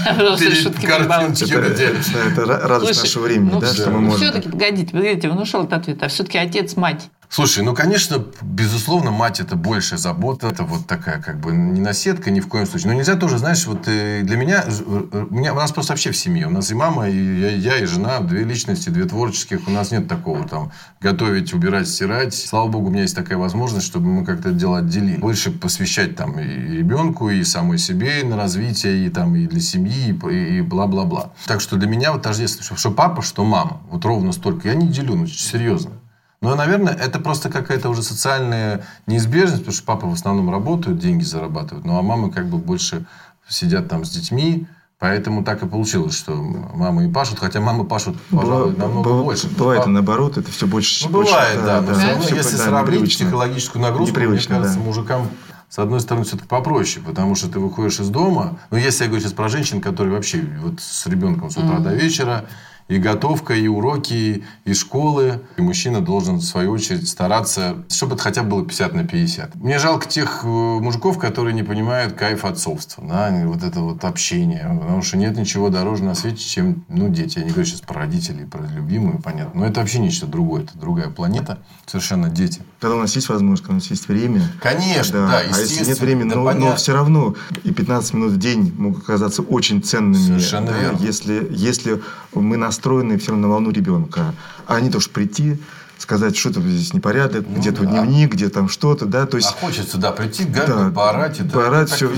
картинки. Это радость нашего времени, да, что мы можем. Все-таки, погодите, он ушел от ответа. А все-таки отец, мать. Слушай, ну, конечно, безусловно, мать – это большая забота. Это вот такая, как бы, не наседка ни в коем случае. Но нельзя тоже, знаешь, вот для меня, у нас просто вообще в семье. У нас и мама, и я, и жена, 2 личности, 2 творческих. У нас нет такого там готовить, убирать, стирать. Слава богу, у меня есть такая возможность, чтобы мы как-то это дело отделили. Больше посвящать там и ребенку, и самой себе на развитие, и там и для семьи, и бла-бла-бла. Так что для меня вот тождественно, что папа, что мама. Вот ровно столько. Я не делю, ну, серьезно. Но, наверное, это просто какая-то уже социальная неизбежность, потому что папа в основном работает, деньги зарабатывает, ну, а мамы как бы больше сидят там с детьми. Поэтому так и получилось, что мама и пашут, хотя мамы пашут, пожалуй, намного больше. Бывает и наоборот, это все больше. Ну, бывает, да. Но если сравнить психологическую нагрузку, мне кажется, мужикам, с одной стороны, все-таки попроще, потому что ты выходишь из дома. Ну, если я говорю сейчас про женщин, которые вообще вот с ребенком с утра до вечера, и готовка, и уроки, и школы. И мужчина должен, в свою очередь, стараться, чтобы это хотя бы было 50/50. Мне жалко тех мужиков, которые не понимают кайф отцовства. Да? Вот это вот общение. Потому что нет ничего дороже на свете, чем дети. Я не говорю сейчас про родителей, про любимую, понятно. Но это вообще нечто другое. Это другая планета. Совершенно дети. Когда у нас есть возможность, когда у нас есть время. Конечно, да, естественно. А если нет времени, но все равно и 15 минут в день могут оказаться очень ценными. Совершенно верно. Если мы настроены все равно на волну ребенка, а не то, что прийти, сказать, что-то здесь непорядок, где твой дневник, где там что-то, да, то есть... А хочется, прийти, поорать, это поорать, все,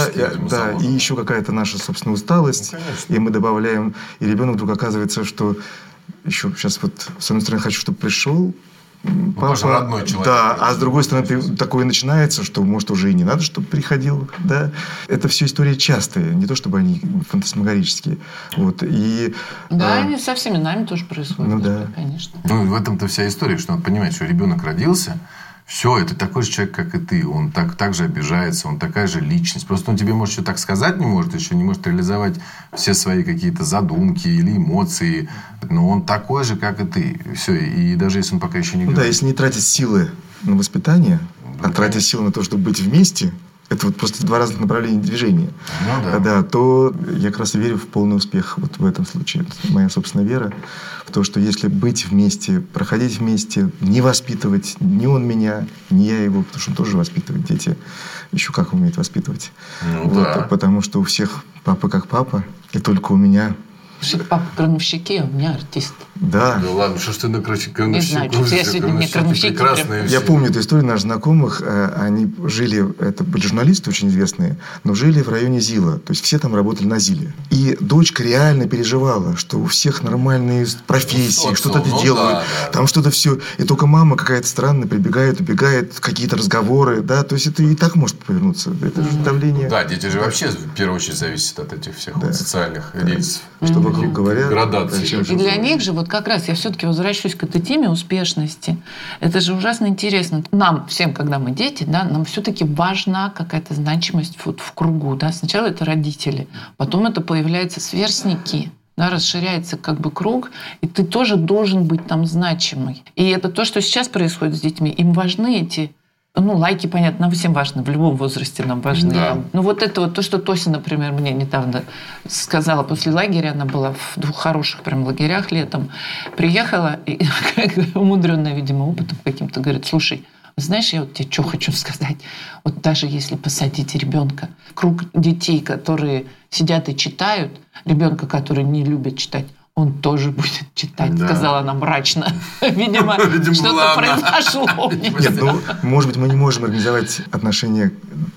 да, и еще какая-то наша, собственно, усталость, и мы добавляем, и ребенок вдруг оказывается, что еще сейчас вот, с одной стороны, хочу, чтобы пришел, папа, родной человек. Да, а с другой стороны, такое начинается, что, может, уже и не надо, чтобы приходил. Да? Это все истории частые, не то, чтобы они фантасмагорические. Вот. Они со всеми нами тоже происходят. Ну, да. Конечно. В этом-то вся история, что надо понимать, что ребенок родился, все, это такой же человек, как и ты. Он так же обижается, он такая же личность. Просто он тебе, может, еще так сказать не может, еще не может реализовать все свои какие-то задумки или эмоции. Но он такой же, как и ты. Все. И даже если он пока еще не говорит. Да, если не тратить силы на воспитание, а тратить силы на то, чтобы быть вместе, это вот просто 2 разных направления движения. Да, то я как раз верю в полный успех вот в этом случае. Это моя собственная вера в то, что если быть вместе, проходить вместе, не воспитывать ни он меня, ни я его, потому что он тоже воспитывает. Дети еще как умеют воспитывать. Потому что у всех папа как папа, и только у меня... Папа крановщики, а у меня артист. Да. Ну ладно, что ж ты на крановщику? Не знаю, что я сегодня мне крановщики. Я помню эту историю наших знакомых. Они жили, это были журналисты очень известные, но жили в районе ЗИЛа. То есть все там работали на ЗИЛе. И дочка реально переживала, что у всех нормальные профессии, что-то делают, там что-то все. И только мама какая-то странная прибегает, убегает, какие-то разговоры. Да? То есть это и так может повернуться. Это же давление. Да, дети же вообще в первую очередь зависят от этих всех социальных рельсов. Что вокруг говорят. Градации. И для них же, вот как раз я все-таки возвращаюсь к этой теме успешности. Это же ужасно интересно. Нам всем, когда мы дети, да, нам все-таки важна какая-то значимость вот в кругу. Да? Сначала это родители, потом это появляются сверстники. Да, расширяется как бы круг, и ты тоже должен быть там значимый. И это то, что сейчас происходит с детьми. Им важны эти... лайки, понятно, нам всем важно, в любом возрасте нам важны. Да. Вот это вот то, что Тося, например, мне недавно сказала после лагеря, она была в 2 хороших прям лагерях летом, приехала, и умудренная, видимо, опытом каким-то, говорит, слушай, знаешь, я вот тебе что хочу сказать, вот даже если посадить ребенка, круг детей, которые сидят и читают, ребенка, который не любит читать, он тоже будет читать, сказала она мрачно. Видимо, что-то произошло. Нет, может быть, мы не можем организовать отношения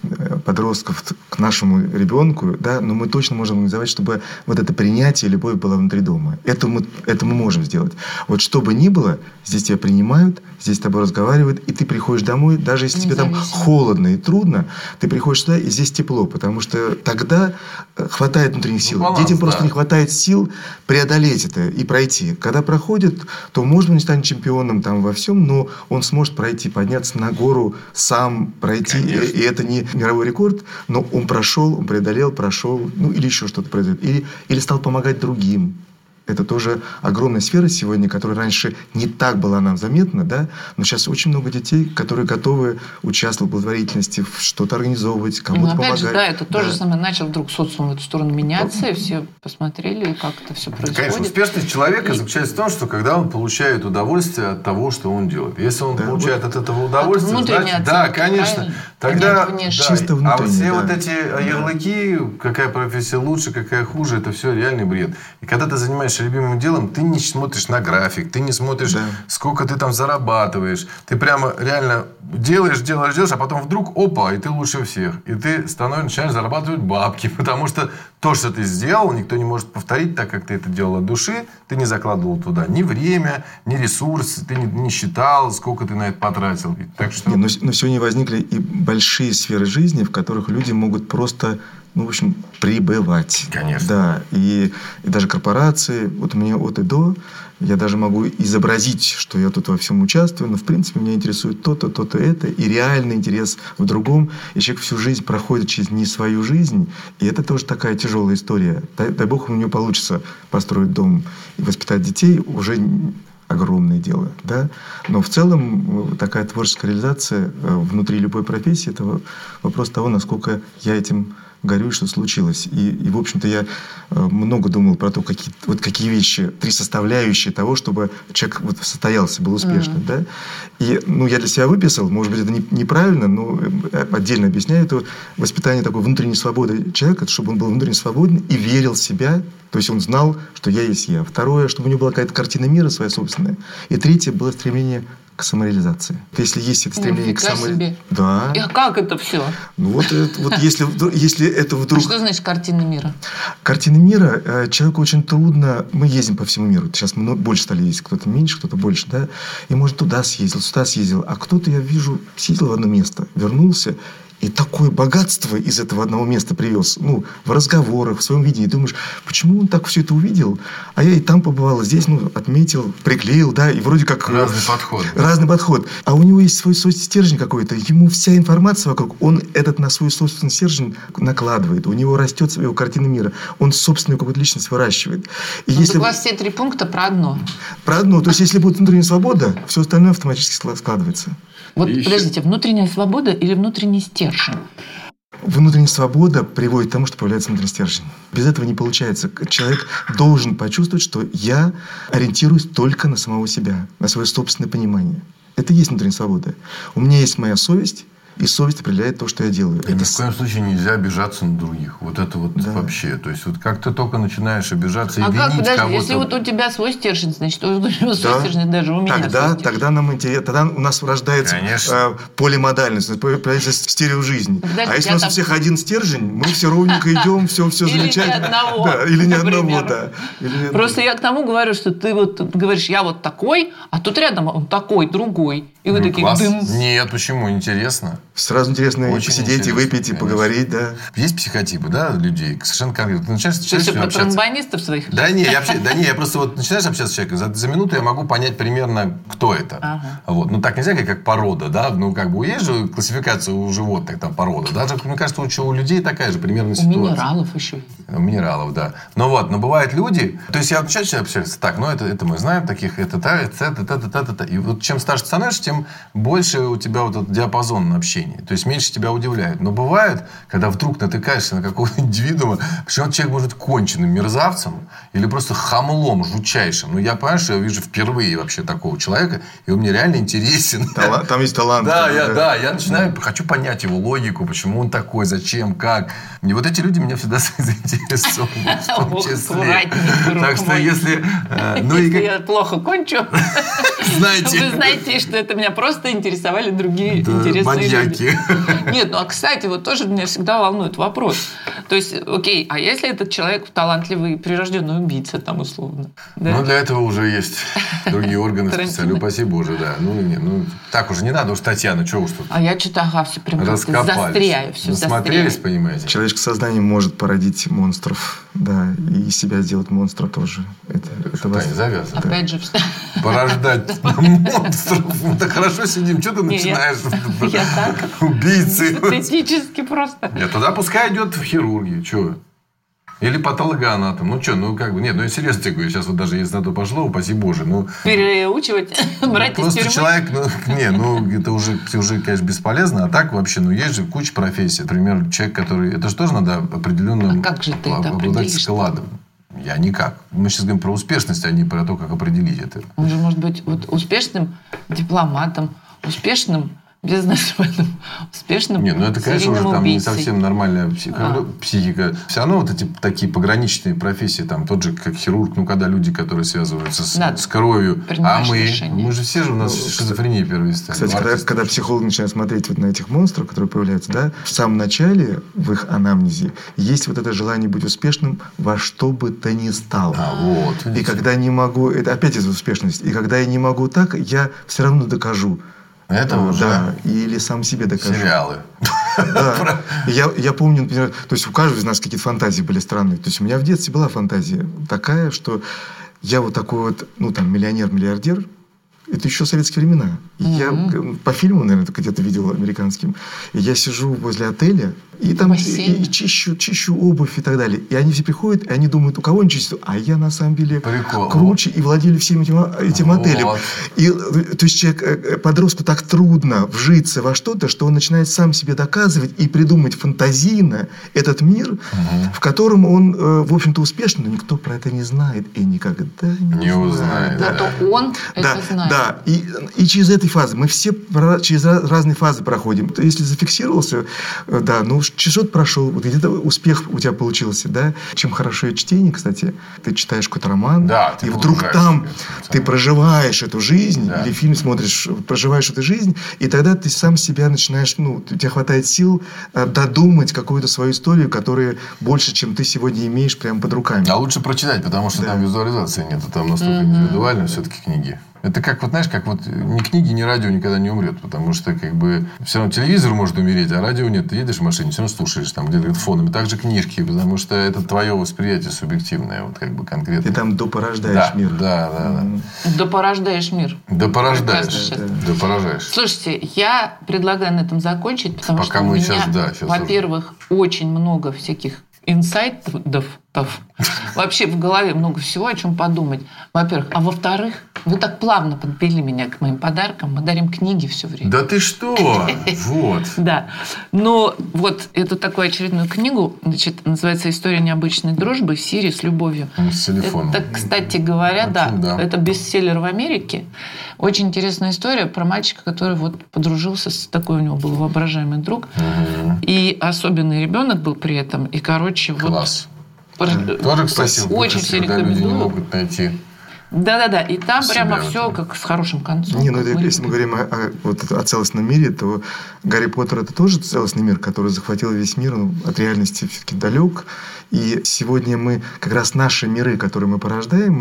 подростков к нашему ребенку, да, но мы точно можем организовать, чтобы вот это принятие и любовь была внутри дома. Это мы можем сделать. Вот что бы ни было, здесь тебя принимают, здесь с тобой разговаривают, и ты приходишь домой, даже если тебе там холодно и трудно, ты приходишь сюда, и здесь тепло, потому что тогда хватает внутренних сил. Баланс, Детям просто не хватает сил преодолеть это и пройти. Когда проходит, то, может быть, не станет чемпионом там во всем, но он сможет пройти, подняться на гору, сам пройти. И это не мировой рекорд, но он прошел, он преодолел, прошел, ну или еще что-то произойдет. Или стал помогать другим. Это тоже огромная сфера сегодня, которая раньше не так была нам заметна, да? Но сейчас очень много детей, которые готовы участвовать в благотворительности, что-то организовывать, кому-то помогать. Опять же, да, это тоже самое, начал вдруг социум в эту сторону меняться, и все посмотрели, как это все происходит. Конечно, успешность человека заключается в том, что когда он получает удовольствие от того, что он делает. Если он получает от этого удовольствие, значит, да, конечно, тогда чисто внутренне. А вот все вот эти ярлыки, какая профессия лучше, какая хуже, это все реальный бред. И когда ты занимаешься любимым делом, ты не смотришь на график, ты не смотришь, сколько ты там зарабатываешь. Ты прямо реально делаешь, а потом вдруг, опа, и ты лучше всех. И ты начинаешь зарабатывать бабки, потому что то, что ты сделал, никто не может повторить так, как ты это делал от души. Ты не закладывал туда ни время, ни ресурсы, ты не считал, сколько ты на это потратил. Так что... Но сегодня возникли и большие сферы жизни, в которых люди могут просто... в общем, пребывать. Конечно. Да, и даже корпорации, вот мне от и до, я даже могу изобразить, что я тут во всем участвую, но, в принципе, меня интересует то-то, то-то, это, и реальный интерес в другом, и человек всю жизнь проходит через не свою жизнь, и это тоже такая тяжелая история. Дай бог, у него получится построить дом и воспитать детей, уже огромное дело, да? Но в целом такая творческая реализация внутри любой профессии, это вопрос того, насколько я этим горю, что случилось. И в общем-то, я много думал про то, какие вещи, 3 составляющие того, чтобы человек состоялся, был успешным. Да? И я для себя выписал, может быть, это неправильно, но отдельно объясняю, это воспитание такой внутренней свободы человека, чтобы он был внутренне свободен и верил в себя, то есть он знал, что я есть я. Второе, чтобы у него была какая-то картина мира своя собственная. И третье, было стремление к самореализации. Если есть это стремление к самореализации... Да. И как это все? Если это вдруг... А что значит картина мира? Картина мира человеку очень трудно... Мы ездим по всему миру. Сейчас больше стали ездить. Кто-то меньше, кто-то больше. Да? И, может, туда съездил, сюда съездил. А кто-то, я вижу, съездил в одно место, вернулся, и такое богатство из этого одного места привез. В разговорах, в своем видении. Думаешь, почему он так все это увидел? А я и там побывал, и здесь отметил, приклеил, да, и вроде как... Разный подход. А у него есть свой стержень какой-то. Ему вся информация вокруг, он этот на свой собственный стержень накладывает. У него растет его картина мира. Он собственную какую-то личность выращивает. И если... У вас все 3 пункта про одно. Про одно. То есть, если будет внутренняя свобода, все остальное автоматически складывается. Подождите, внутренняя свобода или внутренний стержень? Внутренняя свобода приводит к тому, что появляется внутренний стержень. Без этого не получается. Человек должен почувствовать, что я ориентируюсь только на самого себя, на свое собственное понимание. Это и есть внутренняя свобода. У меня есть моя совесть, и совесть определяет то, что я делаю. И ни в коем случае нельзя обижаться на других. Это вообще. То есть, как ты только начинаешь обижаться и винить кого-то... Если у тебя свой стержень, значит, у него свой стержень, даже у меня тогда нам интересно. Тогда у нас рождается полимодальность, появляется стереожизнь. А если у нас у всех один стержень, мы все ровненько идем, все замечательно. Или ни одного. Просто я к тому говорю, что ты говоришь, я такой, а тут рядом он такой, другой. И вы такие... Нет, почему? Интересно. Сразу интересно очень посидеть и выпить, и поговорить, да. Есть психотипы, да, людей, совершенно конкретно. Ты начинаешь про тромбонистов своих? Я просто начинаешь общаться с человеком, за минуту я могу понять примерно, кто это. Так нельзя, как порода, да, есть же классификация у животных, там, порода. Даже, мне кажется, у людей такая же примерно ситуация. У минералов еще. У минералов, да. Но бывают люди, то есть я начинаю общаться, это мы знаем, таких, это. И чем старше ты становишься, тем больше у тебя этот диапазон общения. То есть меньше тебя удивляют. Но бывает, когда вдруг натыкаешься на какого-то индивидуума, причем человек может быть конченным мерзавцем или просто хамлом жутчайшим. Я понимаю, что я вижу впервые вообще такого человека, и он мне реально интересен. Там есть талант. Я начинаю, хочу понять его логику, почему он такой, зачем, как. И эти люди меня всегда заинтересовывают, в том числе. Так что если... Если я плохо кончу, вы знаете, что это меня просто интересовали другие интересные люди. такие. Нет, ну а кстати, вот тоже меня всегда волнует вопрос. То есть, окей, а если этот человек талантливый, прирожденный убийца, там условно? Да? Ну, для этого уже есть другие органы специальные. Упаси Боже, да. Так уже не надо уж, Татьяна, что уж тут. А я что-то, все прям застряю. Все насмотрелись, понимаете? Человеческое сознание может породить монстров, да, и из себя сделать монстра тоже. Это Таня, завязывай. Опять же... Порождать монстров. Мы так хорошо сидим. Что ты начинаешь? Я так. Убийцы. Синтетически просто. Нет, тогда пускай идет в хирургию. Чего? Или патологоанатом. Нет, я серьезно тебе говорю, сейчас вот даже если на то пошло, упаси Боже. Переучивать, брать из просто тюрьмы. человек, это уже, конечно, бесполезно. А так вообще, есть же куча профессий. Например, человек, который... Это же тоже надо определенным... А как же ты это обладать определишь? складом. Я никак. Мы сейчас говорим про успешность, а не про то, как определить это. Он же может быть успешным дипломатом, успешным бизнесменом, успешным это, конечно, уже там не убийцей. совсем нормальная психика. Все равно вот эти такие пограничные профессии, там тот же, как хирург, когда люди, которые связываются с кровью. А мы же все же у нас шизофрения первые стали. Кстати, когда психолог начинает смотреть вот на этих монстров, которые появляются, да, в самом начале, в их анамнезе, есть вот это желание быть успешным во что бы то ни стало. И когда не могу, это опять из успешности, и когда я не могу так, я все равно докажу. Это уже... Да, или сам себе докажу. Сериалы. Да. Я помню, например, то есть у каждого из нас какие-то фантазии были странные. То есть у меня в детстве была фантазия такая, что я вот такой вот, миллионер-миллиардер. Это еще советские времена. Я по фильму, наверное, где-то видел американским. И я сижу возле отеля, и там и чищу обувь и так далее. И они все приходят, и они думают, у кого они чистят, а я на самом деле круче и владели всем этим отелем. И, то есть подростку так трудно вжиться во что-то, что он начинает сам себе доказывать и придумать фантазийно этот мир, в котором он, в общем-то, успешен, но никто про это не знает и никогда не узнает. Зато он это знает. Да, и через эти фазы мы все через разные фазы проходим. Если зафиксировался, часот прошел, вот где-то успех у тебя получился, да. Чем хорошее чтение, кстати, ты читаешь какой-то роман, да, и вдруг там ты проживаешь эту жизнь, или фильм смотришь, проживаешь эту жизнь, и тогда ты сам себя начинаешь, у тебя хватает сил додумать какую-то свою историю, которая больше, чем ты сегодня имеешь прямо под руками. А лучше прочитать, потому что там визуализации нет, там настолько индивидуально все-таки книги. Это как ни книги, ни радио никогда не умрет, потому что все равно телевизор может умереть, а радио нет. Ты едешь в машине, все равно слушаешь там где-то фоном. И также книжки, потому что это твое восприятие субъективное, конкретно. Ты там допорождаешь мир. Да. Допорождаешь мир. Допоражаешь. Слушайте, я предлагаю на этом закончить, потому что у меня, во-первых, очень много всяких инсайтов. Вообще в голове много всего, о чем подумать. Во-первых. А во-вторых, вы так плавно подвели меня к моим подаркам. Мы дарим книги все время. Да ты что? Вот. Да. Но вот эту такую очередную книгу, называется «История необычной дружбы. Сири с любовью». С телефоном. Это, кстати говоря, это бестселлер в Америке. Очень интересная история про мальчика, который подружился с такой, у него был воображаемый друг. И особенный ребенок был при этом. И, Класс. Тоже, кстати, очень все рекомендую. Люди не могут найти. Да. И там прямо все как с хорошим концом. Если мы говорим о целостном мире, то Гарри Поттер — это тоже целостный мир, который захватил весь мир, от реальности все-таки далек. И сегодня мы, как раз наши миры, которые мы порождаем,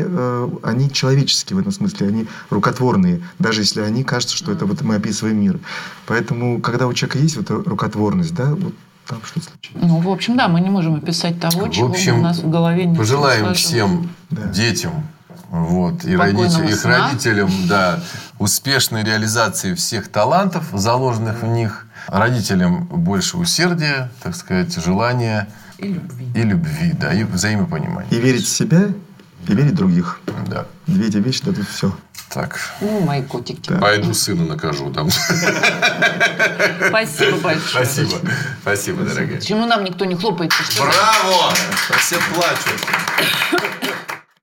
они человеческие в этом смысле, они рукотворные, даже если они кажется, что это мы описываем мир. Поэтому, когда у человека есть рукотворность, там что-то случилось. В общем, мы не можем описать того, чего у нас в голове не пожелаем всем детям и их родителям успешной реализации всех талантов, заложенных в них, родителям больше усердия, так сказать, желания и любви, и взаимопонимания. И верить в себя, и верить в других. Да. Две эти вещи дадут все. Так. Мои котики. Да. Пойду сына накажу там. Спасибо большое. Спасибо, дорогая. Почему нам никто не хлопает? Браво! Все плачут.